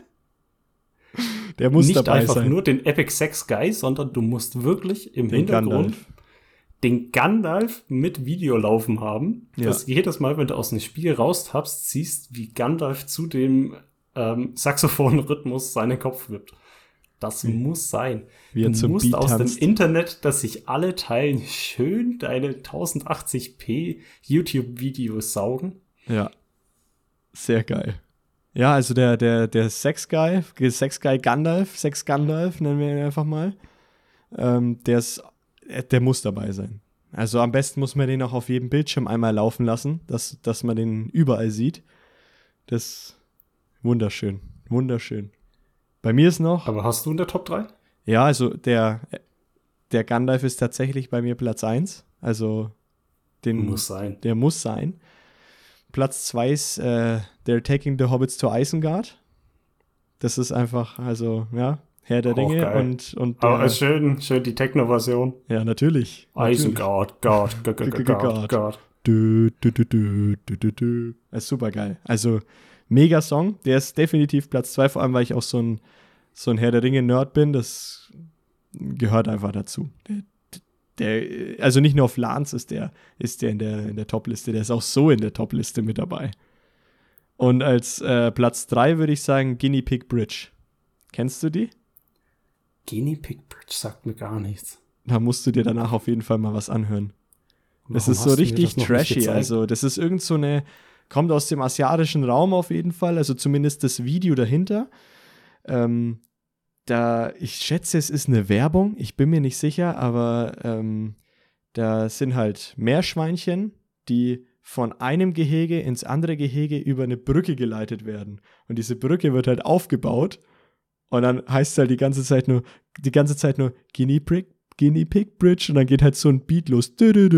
Der muss nicht dabei einfach sein. nur den Epic Sex Guy, sondern du musst wirklich im Hintergrund Gandalf. Den Gandalf mit Video laufen haben, Ja. dass jedes Mal, wenn du aus dem Spiel raustappst, siehst, wie Gandalf zu dem Saxophon-Rhythmus seinen Kopf wippt. Das muss sein. Wie er Du zum musst Beat aus tanzt. dem Internet, das sich alle teilen, schön deine 1080p YouTube-Videos saugen. Ja. Sehr geil. Ja, also der Sex Guy Gandalf, Sex Gandalf, nennen wir ihn einfach mal. Der muss dabei sein. Also am besten muss man den auch auf jedem Bildschirm einmal laufen lassen, dass man den überall sieht. Das ist wunderschön. Wunderschön. Bei mir ist noch. Aber hast du in der Top 3? Ja, also der Gandalf ist tatsächlich bei mir Platz 1. Also Muss sein. Der muss sein. Platz 2 ist They're Taking the Hobbits to Isengard. Das ist einfach, also, ja, Herr der Auch Ringe geil. und Aber schön die Techno-Version. ja, natürlich. Isengard, God. Du. Das ist super geil. Also, mega Song. Der ist definitiv Platz 2, vor allem, weil ich auch so ein Herr der Ringe-Nerd bin. Das gehört einfach dazu. Also nicht nur auf LANs ist der in der Top-Liste, der ist auch so in der Top-Liste mit dabei. Und als Platz 3 würde ich sagen Guinea Pig Bridge. Kennst du die? Guinea Pig Bridge sagt mir gar nichts. Da musst du dir danach auf jeden Fall mal was anhören. Das Warum ist so hast du mir richtig das noch nicht trashy. gezeigt? Also das ist irgend so eine, kommt aus dem asiatischen Raum auf jeden Fall, also zumindest das Video dahinter. Ich schätze, es ist eine Werbung, ich bin mir nicht sicher, aber da sind halt Meerschweinchen, die von einem Gehege ins andere Gehege über eine Brücke geleitet werden. Und diese Brücke wird halt aufgebaut und dann heißt es halt die ganze Zeit nur Guinea Pig Bridge und dann geht halt so ein Beat los.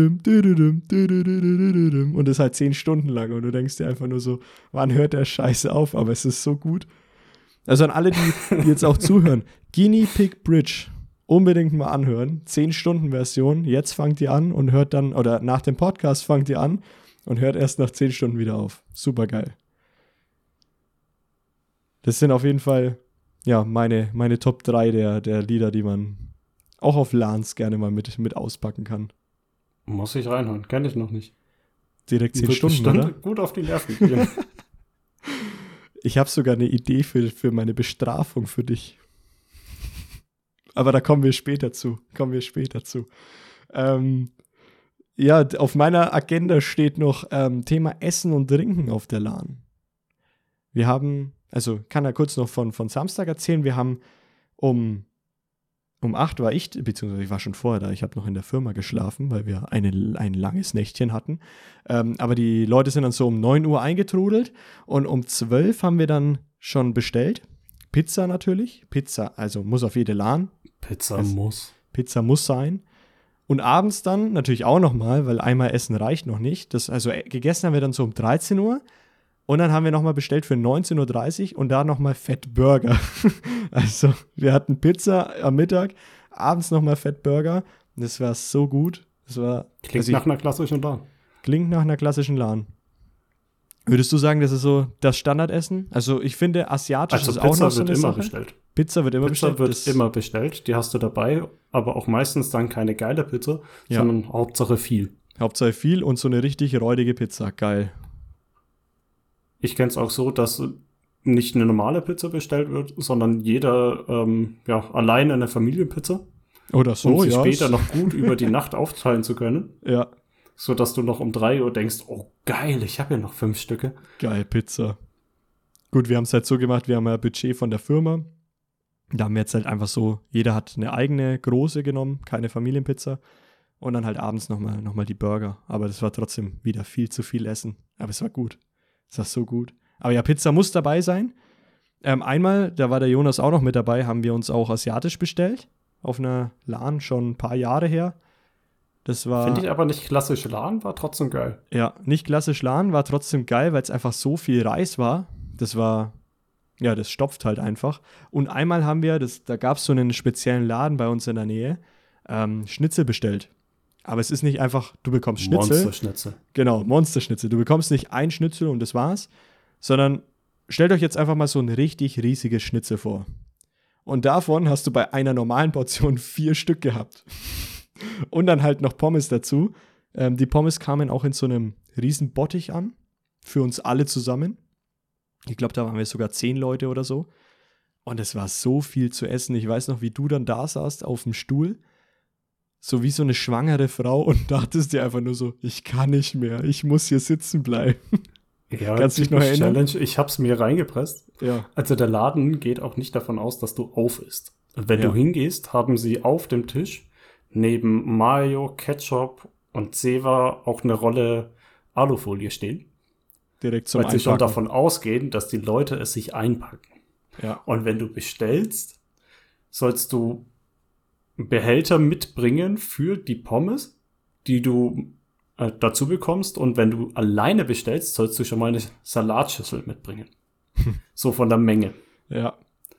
Und das halt 10 Stunden lang und du denkst dir einfach nur so, wann hört der Scheiße auf? Aber es ist so gut. Also an alle, die jetzt auch zuhören, Guinea Pig Bridge, unbedingt mal anhören. 10-Stunden-Version, jetzt fangt ihr an und hört dann, oder nach dem Podcast fangt ihr an und hört erst nach 10 Stunden wieder auf. Super geil. Das sind auf jeden Fall, ja, meine Top 3 der Lieder, die man auch auf LANs gerne mal mit auspacken kann. Muss ich reinhören, kenne ich noch nicht. Direkt 10 Wird Stunden, bestimmt oder? gut auf die Nerven gehen. Ich habe sogar eine Idee für meine Bestrafung für dich. Aber da kommen wir später zu. Ja, auf meiner Agenda steht noch Thema Essen und Trinken auf der LAN. Wir haben, also kann er kurz noch von Samstag erzählen, wir haben um 8 war ich, beziehungsweise ich war schon vorher da, ich habe noch in der Firma geschlafen, weil wir ein langes Nächtchen hatten. Aber die Leute sind dann so um 9 Uhr eingetrudelt und um 12 haben wir dann schon bestellt. Pizza natürlich. Pizza, also muss auf jede LAN. Pizza muss sein. Und abends dann natürlich auch nochmal, weil einmal Essen reicht noch nicht. Also gegessen haben wir dann so um 13 Uhr. Und dann haben wir nochmal bestellt für 19.30 Uhr und da nochmal Fettburger. Also wir hatten Pizza am Mittag, abends nochmal Fettburger. Das war so gut. Klingt nach einer klassischen LAN. Klingt nach einer klassischen LAN. Würdest du sagen, das ist so das Standardessen? Also ich finde, asiatisch Also ist auch Pizza noch so wird eine immer Sache. bestellt. Pizza wird immer Pizza bestellt. wird immer bestellt, die hast du dabei, aber auch meistens dann keine geile Pizza, sondern Hauptsache viel. Hauptsache viel und so eine richtig räudige Pizza. Geil. Ich kenne es auch so, dass nicht eine normale Pizza bestellt wird, sondern jeder alleine eine Familienpizza. Oder so, um sie ja. später noch gut über die Nacht aufteilen zu können. Ja. Sodass du noch um 3 Uhr denkst, oh geil, ich habe ja noch 5 Stücke. Geil, Pizza. Gut, wir haben es halt so gemacht, wir haben ja ein Budget von der Firma. Da haben wir jetzt halt einfach so, jeder hat eine eigene große genommen, keine Familienpizza. Und dann halt abends nochmal die Burger. Aber das war trotzdem wieder viel zu viel Essen. Aber es war gut. Es war so gut. Aber ja, Pizza muss dabei sein. Einmal, da war der Jonas auch noch mit dabei, haben wir uns auch asiatisch bestellt. Auf einer LAN, schon ein paar Jahre her. Das war. Finde ich aber nicht klassisch LAN, war trotzdem geil. Ja, nicht klassisch LAN, war trotzdem geil, weil es einfach so viel Reis war. Das war, ja, das stopft halt einfach. Und einmal haben wir, da gab es so einen speziellen Laden bei uns in der Nähe, Schnitzel bestellt. Aber es ist nicht einfach, du bekommst Schnitzel. Monsterschnitzel. Genau, Monsterschnitzel. Du bekommst nicht ein Schnitzel und das war's, sondern stellt euch jetzt einfach mal so ein richtig riesiges Schnitzel vor. Und davon hast du bei einer normalen Portion 4 Stück gehabt. Und dann halt noch Pommes dazu. Die Pommes kamen auch in so einem riesen Bottich an. Für uns alle zusammen. Ich glaube, da waren wir sogar 10 Leute oder so. Und es war so viel zu essen. Ich weiß noch, wie du dann da saßt auf dem Stuhl. So wie so eine schwangere Frau und dachtest dir einfach nur so, ich kann nicht mehr, ich muss hier sitzen bleiben. Ja, kannst du dich noch erinnern? Challenge, ich hab's mir reingepresst. Ja. Also der Laden geht auch nicht davon aus, dass du auf isst. Wenn du hingehst, haben sie auf dem Tisch neben Mayo, Ketchup und Zewa auch eine Rolle Alufolie stehen. Direkt zum Weil sie schon davon ausgehen, dass die Leute es sich einpacken. Ja. Und wenn du bestellst, sollst du einen Behälter mitbringen für die Pommes, die du dazu bekommst. Und wenn du alleine bestellst, sollst du schon mal eine Salatschüssel mitbringen. So von der Menge. Ja.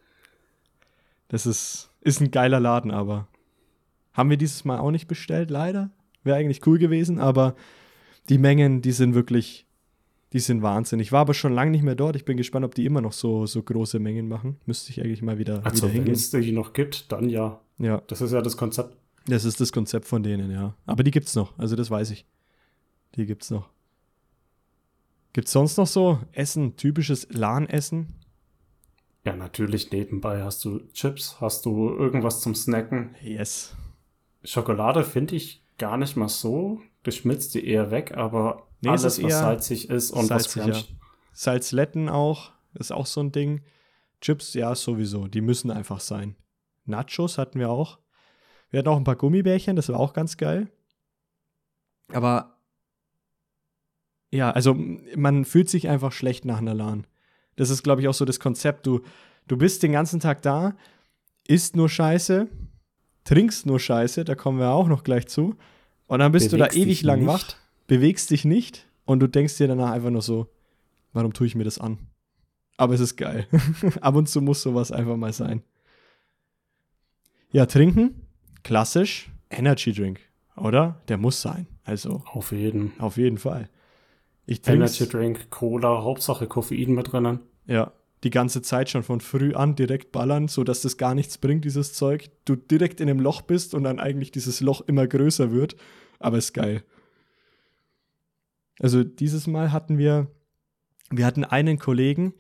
Das ist ein geiler Laden, aber haben wir dieses Mal auch nicht bestellt, leider. Wäre eigentlich cool gewesen, aber die Mengen, die sind wirklich, die sind Wahnsinn. Ich war aber schon lange nicht mehr dort. Ich bin gespannt, ob die immer noch so große Mengen machen. Müsste ich eigentlich mal wieder hingehen. Wenn es die noch gibt, dann ja. Ja. Das ist ja das Konzept. Das ist das Konzept von denen, ja. Aber die gibt's noch, also das weiß ich. Die gibt's noch. Gibt's sonst noch so Essen, typisches LAN-Essen? Ja, natürlich nebenbei hast du Chips, hast du irgendwas zum Snacken. Yes. Schokolade finde ich gar nicht mal so. Das schmilzt die eher weg, aber alles, was salzig ist und was cruncht. Ja. Salzletten auch, ist auch so ein Ding. Chips, ja, sowieso. Die müssen einfach sein. Nachos hatten wir auch. Wir hatten auch ein paar Gummibärchen, das war auch ganz geil. Aber ja, also man fühlt sich einfach schlecht nach einer LAN. Das ist, glaube ich, auch so das Konzept. Du bist den ganzen Tag da, isst nur Scheiße, trinkst nur Scheiße, da kommen wir auch noch gleich zu. Und dann bist du da ewig lang wach, bewegst dich nicht und du denkst dir danach einfach nur so, warum tue ich mir das an? Aber es ist geil. Ab und zu muss sowas einfach mal sein. Ja, trinken, klassisch, Energy Drink, oder? Der muss sein. Also auf jeden Fall. Energy Drink, Cola, Hauptsache Koffein mit drinnen. Ja, die ganze Zeit schon von früh an direkt ballern, sodass das gar nichts bringt, dieses Zeug. Du direkt in einem Loch bist und dann eigentlich dieses Loch immer größer wird. Aber ist geil. Also dieses Mal hatten wir hatten einen Kollegen,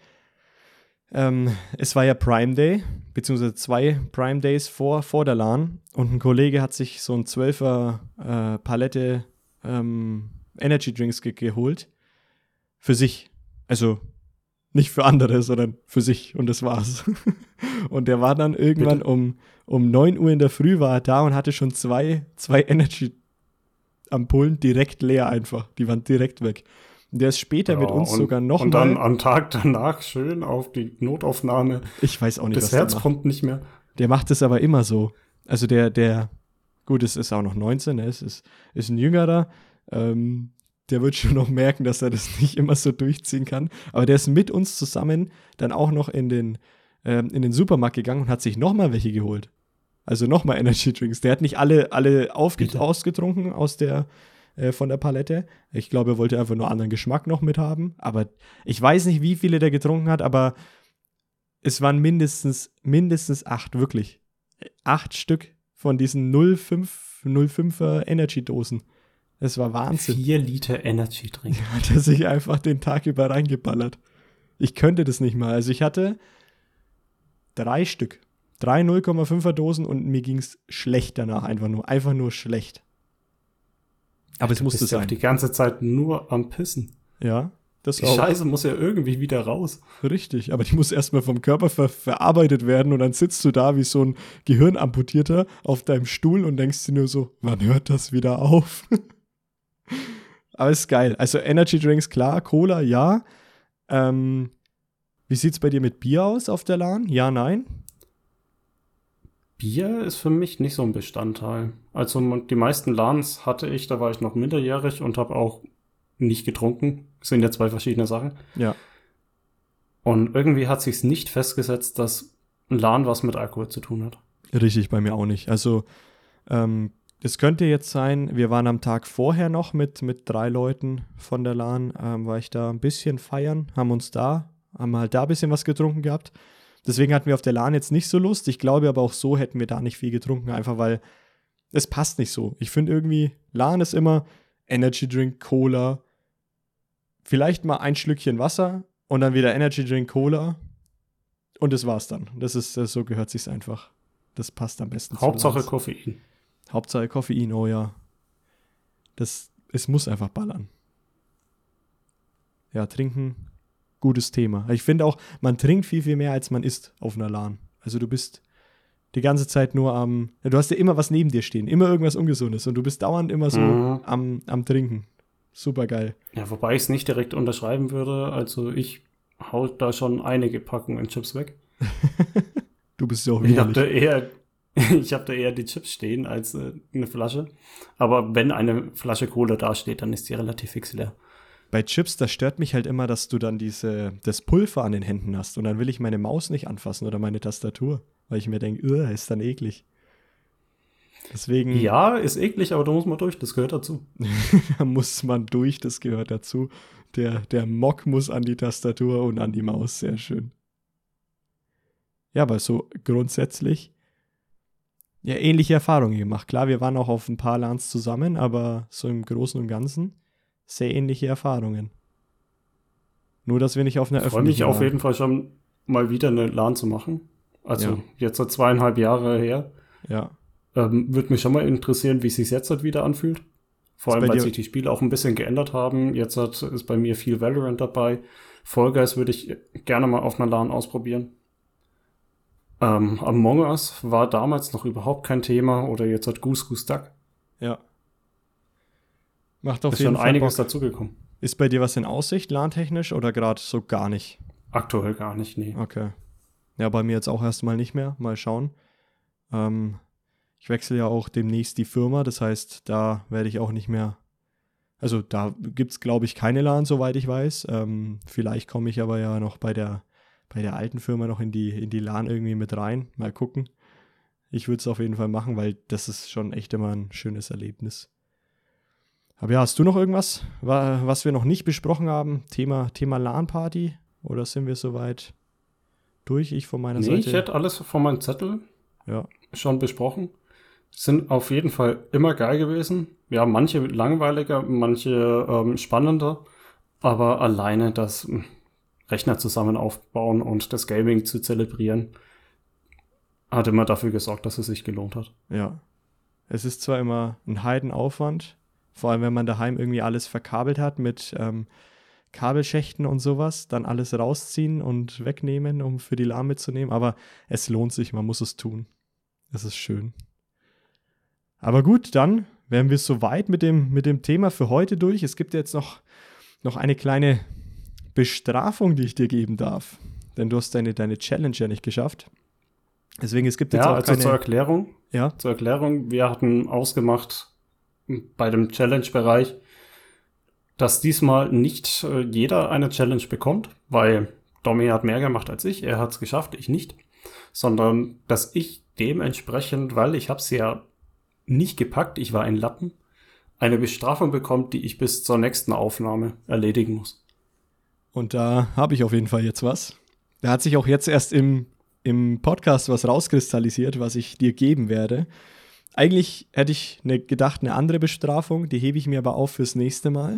es war ja Prime Day, beziehungsweise 2 Prime Days vor der LAN und ein Kollege hat sich so ein 12er Palette Energy Drinks geholt. Für sich. Also nicht für andere, sondern für sich. Und das war's. Und der war dann irgendwann um 9 Uhr in der Früh war er da und hatte schon zwei Energy-Ampullen direkt leer einfach. Die waren direkt weg. Und der ist später mit uns sogar noch und dann am Tag danach schön auf die Notaufnahme. Ich weiß auch nicht, das Herz pumpt nicht mehr. Der macht es aber immer so. Also der gut, es ist auch noch 19, es ist ein Jüngerer, der wird schon noch merken, dass er das nicht immer so durchziehen kann. Aber der ist mit uns zusammen dann auch noch in den Supermarkt gegangen und hat sich nochmal welche geholt. Also nochmal Energy Drinks. Der hat nicht alle ausgetrunken von der Palette. Ich glaube, er wollte einfach nur anderen Geschmack noch mit haben. Aber ich weiß nicht, wie viele der getrunken hat, aber es waren mindestens 8, wirklich. 8 Stück von diesen 0,5er Energy-Dosen. Es war Wahnsinn. 4 Liter Energy Drink. Hat er sich einfach den Tag über reingeballert. Ich könnte das nicht mal. Also ich hatte 3 Stück. 3 0,5er Dosen und mir ging es schlecht danach. Einfach nur schlecht. Aber es musste sein. Ja auch die ganze Zeit nur am Pissen. Ja, das Die auch. Scheiße muss ja irgendwie wieder raus. Richtig, aber die muss erstmal vom Körper verarbeitet werden und dann sitzt du da wie so ein Gehirnamputierter auf deinem Stuhl und denkst dir nur so, wann hört das wieder auf? Aber ist geil. Also Energy Drinks, klar, Cola, ja. Wie sieht's bei dir mit Bier aus auf der LAN? Ja, nein? Bier ist für mich nicht so ein Bestandteil. Also die meisten LANs hatte ich, da war ich noch minderjährig und habe auch nicht getrunken. Das sind ja 2 verschiedene Sachen. Ja. Und irgendwie hat sich's nicht festgesetzt, dass ein LAN was mit Alkohol zu tun hat. Richtig, bei mir auch nicht. Also es könnte jetzt sein, wir waren am Tag vorher noch mit 3 Leuten von der LAN, war ich da ein bisschen feiern, haben halt da ein bisschen was getrunken gehabt. Deswegen hatten wir auf der LAN jetzt nicht so Lust. Ich glaube aber auch so hätten wir da nicht viel getrunken, einfach weil es passt nicht so. Ich finde irgendwie, LAN ist immer Energy Drink, Cola, vielleicht mal ein Schlückchen Wasser und dann wieder Energy Drink, Cola und das war's dann. So gehört sich's einfach. Das passt am besten zu Hauptsache LANs. Koffein. Hauptsache Koffein, oh ja. Es muss einfach ballern. Ja, trinken, gutes Thema. Ich finde auch, man trinkt viel, viel mehr, als man isst auf einer LAN. Also du bist die ganze Zeit nur du hast ja immer was neben dir stehen, immer irgendwas Ungesundes und du bist dauernd immer so am Trinken. Super geil. Ja, wobei ich es nicht direkt unterschreiben würde. Also ich hau da schon einige Packungen Chips weg. Du bist ja auch Ich habe widerlich. hab da eher die Chips stehen als eine Flasche. Aber wenn eine Flasche Cola da steht, dann ist die relativ fix leer. Bei Chips, das stört mich halt immer, dass du dann das Pulver an den Händen hast und dann will ich meine Maus nicht anfassen oder meine Tastatur, weil ich mir denke, ist dann eklig. Deswegen. Ja, ist eklig, aber da muss man durch, das gehört dazu. Da muss man durch, das gehört dazu. Der Mock muss an die Tastatur und an die Maus, sehr schön. Ja, aber so grundsätzlich ja ähnliche Erfahrungen gemacht. Klar, wir waren auch auf ein paar LANs zusammen, aber so im Großen und Ganzen sehr ähnliche Erfahrungen. Nur, dass wir nicht auf einer Ich freue mich öffentlichen auf jeden Fall schon mal wieder eine LAN zu machen. Also Ja. jetzt so 2,5 Jahre her. Ja, Würde mich schon mal interessieren, wie es sich jetzt halt wieder anfühlt. Vor Ist allem, bei weil dir- sich die Spiele auch ein bisschen geändert haben. Jetzt ist bei mir viel Valorant dabei. Fall Guys würde ich gerne mal auf einer LAN ausprobieren. Among Us war damals noch überhaupt kein Thema. Oder jetzt hat Goose Goose Duck. ja. Macht auf Ist jeden schon Fall einiges Bock. dazugekommen. Ist bei dir was in Aussicht, LAN-technisch, oder gerade so gar nicht? Aktuell gar nicht, nee. Okay. Ja, bei mir jetzt auch erstmal nicht mehr. Mal schauen. Ich wechsle ja auch demnächst die Firma, das heißt, da werde ich auch nicht mehr. Also da gibt es, glaube ich, keine LAN, soweit ich weiß. Vielleicht komme ich aber ja noch bei der alten Firma noch in die LAN irgendwie mit rein. Mal gucken. Ich würde es auf jeden Fall machen, weil das ist schon echt immer ein schönes Erlebnis. Aber ja, hast du noch irgendwas, was wir noch nicht besprochen haben? Thema LAN-Party? Oder sind wir soweit durch? Ich von meiner Nee, Seite. ich hätte alles von meinem Zettel Ja. schon besprochen. Sind auf jeden Fall immer geil gewesen. Ja, manche langweiliger, manche spannender. Aber alleine das Rechner zusammen aufbauen und das Gaming zu zelebrieren, hat immer dafür gesorgt, dass es sich gelohnt hat. Ja. Es ist zwar immer ein Heidenaufwand, vor allem wenn man daheim irgendwie alles verkabelt hat mit Kabelschächten und sowas, dann alles rausziehen und wegnehmen, um für die LAN mitzunehmen, aber es lohnt sich, man muss es tun. Es ist schön. Aber gut, dann wären wir soweit mit dem Thema für heute durch. Es gibt jetzt noch eine kleine Bestrafung, die ich dir geben darf, denn du hast deine Challenge ja nicht geschafft. Deswegen, es gibt jetzt Ja, auch also keine... zur Erklärung, wir hatten ausgemacht bei dem Challenge-Bereich, dass diesmal nicht jeder eine Challenge bekommt, weil Domi hat mehr gemacht als ich, er hat es geschafft, ich nicht, sondern dass ich dementsprechend, weil ich habe es ja nicht gepackt, ich war ein Lappen, eine Bestrafung bekommt, die ich bis zur nächsten Aufnahme erledigen muss. Und da habe ich auf jeden Fall jetzt was. Da hat sich auch jetzt erst im Podcast was rauskristallisiert, was ich dir geben werde. Eigentlich hätte ich gedacht, eine andere Bestrafung, die hebe ich mir aber auf fürs nächste Mal.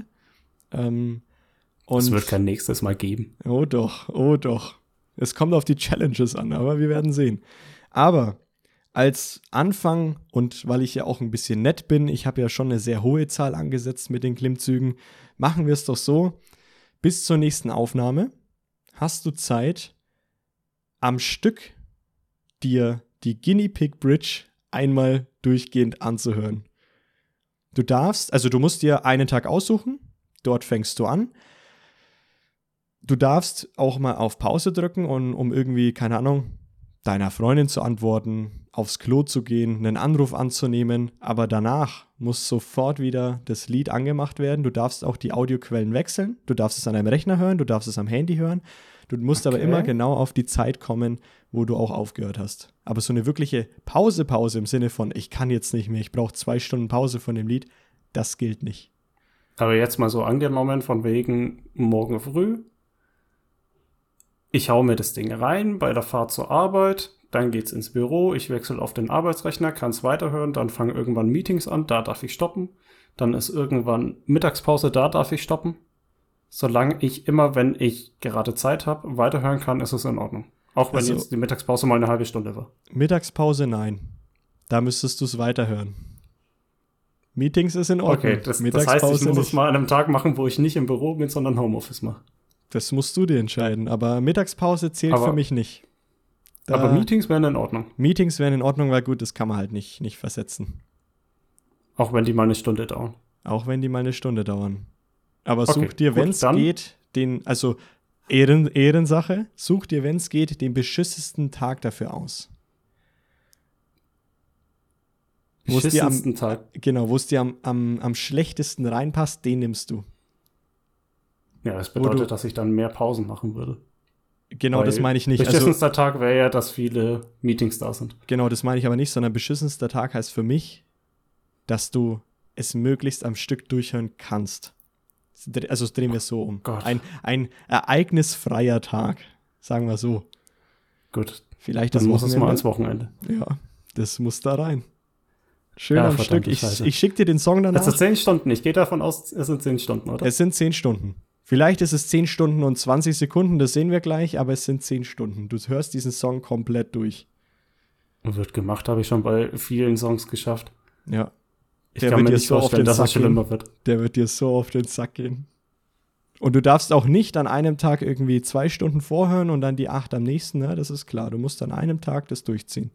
Es wird kein nächstes Mal geben. Oh doch, oh doch. Es kommt auf die Challenges an, aber wir werden sehen. Aber als Anfang und weil ich ja auch ein bisschen nett bin, ich habe ja schon eine sehr hohe Zahl angesetzt mit den Klimmzügen, machen wir es doch so, bis zur nächsten Aufnahme hast du Zeit, am Stück dir die Guinea Pig Bridge einmal durchgehend anzuhören. Du musst dir einen Tag aussuchen, dort fängst du an. Du darfst auch mal auf Pause drücken, um irgendwie, keine Ahnung, deiner Freundin zu antworten, aufs Klo zu gehen, einen Anruf anzunehmen, aber danach muss sofort wieder das Lied angemacht werden. Du darfst auch die Audioquellen wechseln, du darfst es an deinem Rechner hören, du darfst es am Handy hören. Du musst aber immer genau auf die Zeit kommen, wo du auch aufgehört hast. Aber so eine wirkliche Pause im Sinne von, ich kann jetzt nicht mehr, ich brauche 2 Stunden Pause von dem Lied, das gilt nicht. Aber jetzt mal so angenommen, von wegen morgen früh, ich hau mir das Ding rein bei der Fahrt zur Arbeit, dann geht's ins Büro, ich wechsle auf den Arbeitsrechner, kann's weiterhören, dann fangen irgendwann Meetings an, da darf ich stoppen, dann ist irgendwann Mittagspause, da darf ich stoppen. Solange ich immer, wenn ich gerade Zeit habe, weiterhören kann, ist es in Ordnung. Auch wenn jetzt die Mittagspause mal eine halbe Stunde war. Mittagspause, nein. Da müsstest du es weiterhören. Meetings ist in Ordnung. Okay, das heißt, ich muss es mal an einem Tag machen, wo ich nicht im Büro bin, sondern Homeoffice mache. Das musst du dir entscheiden, aber Mittagspause zählt für mich nicht. Aber Meetings wären in Ordnung. Meetings wären in Ordnung, weil gut, das kann man halt nicht versetzen. Auch wenn die mal eine Stunde dauern. Aber such dir, wenn es geht, Ehrensache, such dir, wenn es geht, den beschissensten Tag dafür aus. Beschissensten Tag? Genau, wo es dir am schlechtesten reinpasst, den nimmst du. Ja, das bedeutet, dass ich dann mehr Pausen machen würde. Genau, weil das meine ich nicht. Beschissenster Tag wäre ja, dass viele Meetings da sind. Genau, das meine ich aber nicht, sondern beschissenster Tag heißt für mich, dass du es möglichst am Stück durchhören kannst. Also das drehen wir es so um. Gott. Ein ereignisfreier Tag, sagen wir so. Gut. Vielleicht das Dann muss es mal ans Wochenende. Ja, das muss da rein. Schön am Stück. Ich schicke dir den Song danach. Es sind 10 Stunden. Ich gehe davon aus, es sind 10 Stunden, oder? Es sind 10 Stunden. Vielleicht ist es 10 Stunden und 20 Sekunden, das sehen wir gleich, aber es sind 10 Stunden. Du hörst diesen Song komplett durch. Wird gemacht, habe ich schon bei vielen Songs geschafft. Ja. Ich kann mir nicht vorstellen, dass es schlimmer wird. Der wird dir so auf den Sack gehen. Und du darfst auch nicht an einem Tag irgendwie 2 Stunden vorhören und dann die 8 am nächsten, ne? Das ist klar. Du musst an einem Tag das durchziehen.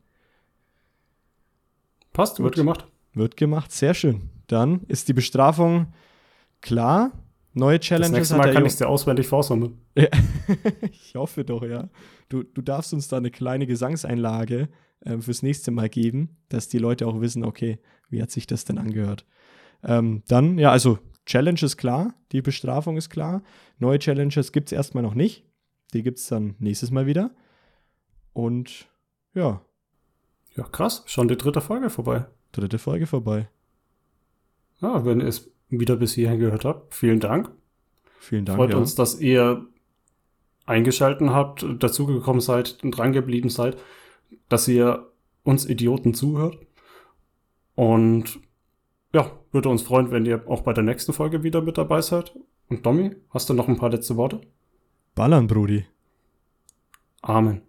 Passt, wird gemacht. Wird gemacht, sehr schön. Dann ist die Bestrafung klar. Neue Challenges. Das nächste Mal kann ich es dir auswendig vorsummen. Ja. Ich hoffe doch, ja. Du darfst uns da eine kleine Gesangseinlage fürs nächste Mal geben, dass die Leute auch wissen, okay, wie hat sich das denn angehört? Dann, ja, also Challenge ist klar, die Bestrafung ist klar. Neue Challenges gibt es erstmal noch nicht. Die gibt es dann nächstes Mal wieder. Und ja. Ja, krass, schon die 3. Folge vorbei. 3. Folge vorbei. Ja, wenn ihr es wieder bis hierhin gehört habt, vielen Dank. Vielen Dank. Freut uns, dass ihr eingeschaltet habt, dazugekommen seid und drangeblieben seid, dass ihr uns Idioten zuhört. Und ja, würde uns freuen, wenn ihr auch bei der nächsten Folge wieder mit dabei seid. Und Domi, hast du noch ein paar letzte Worte? Ballern, Brudi. Amen.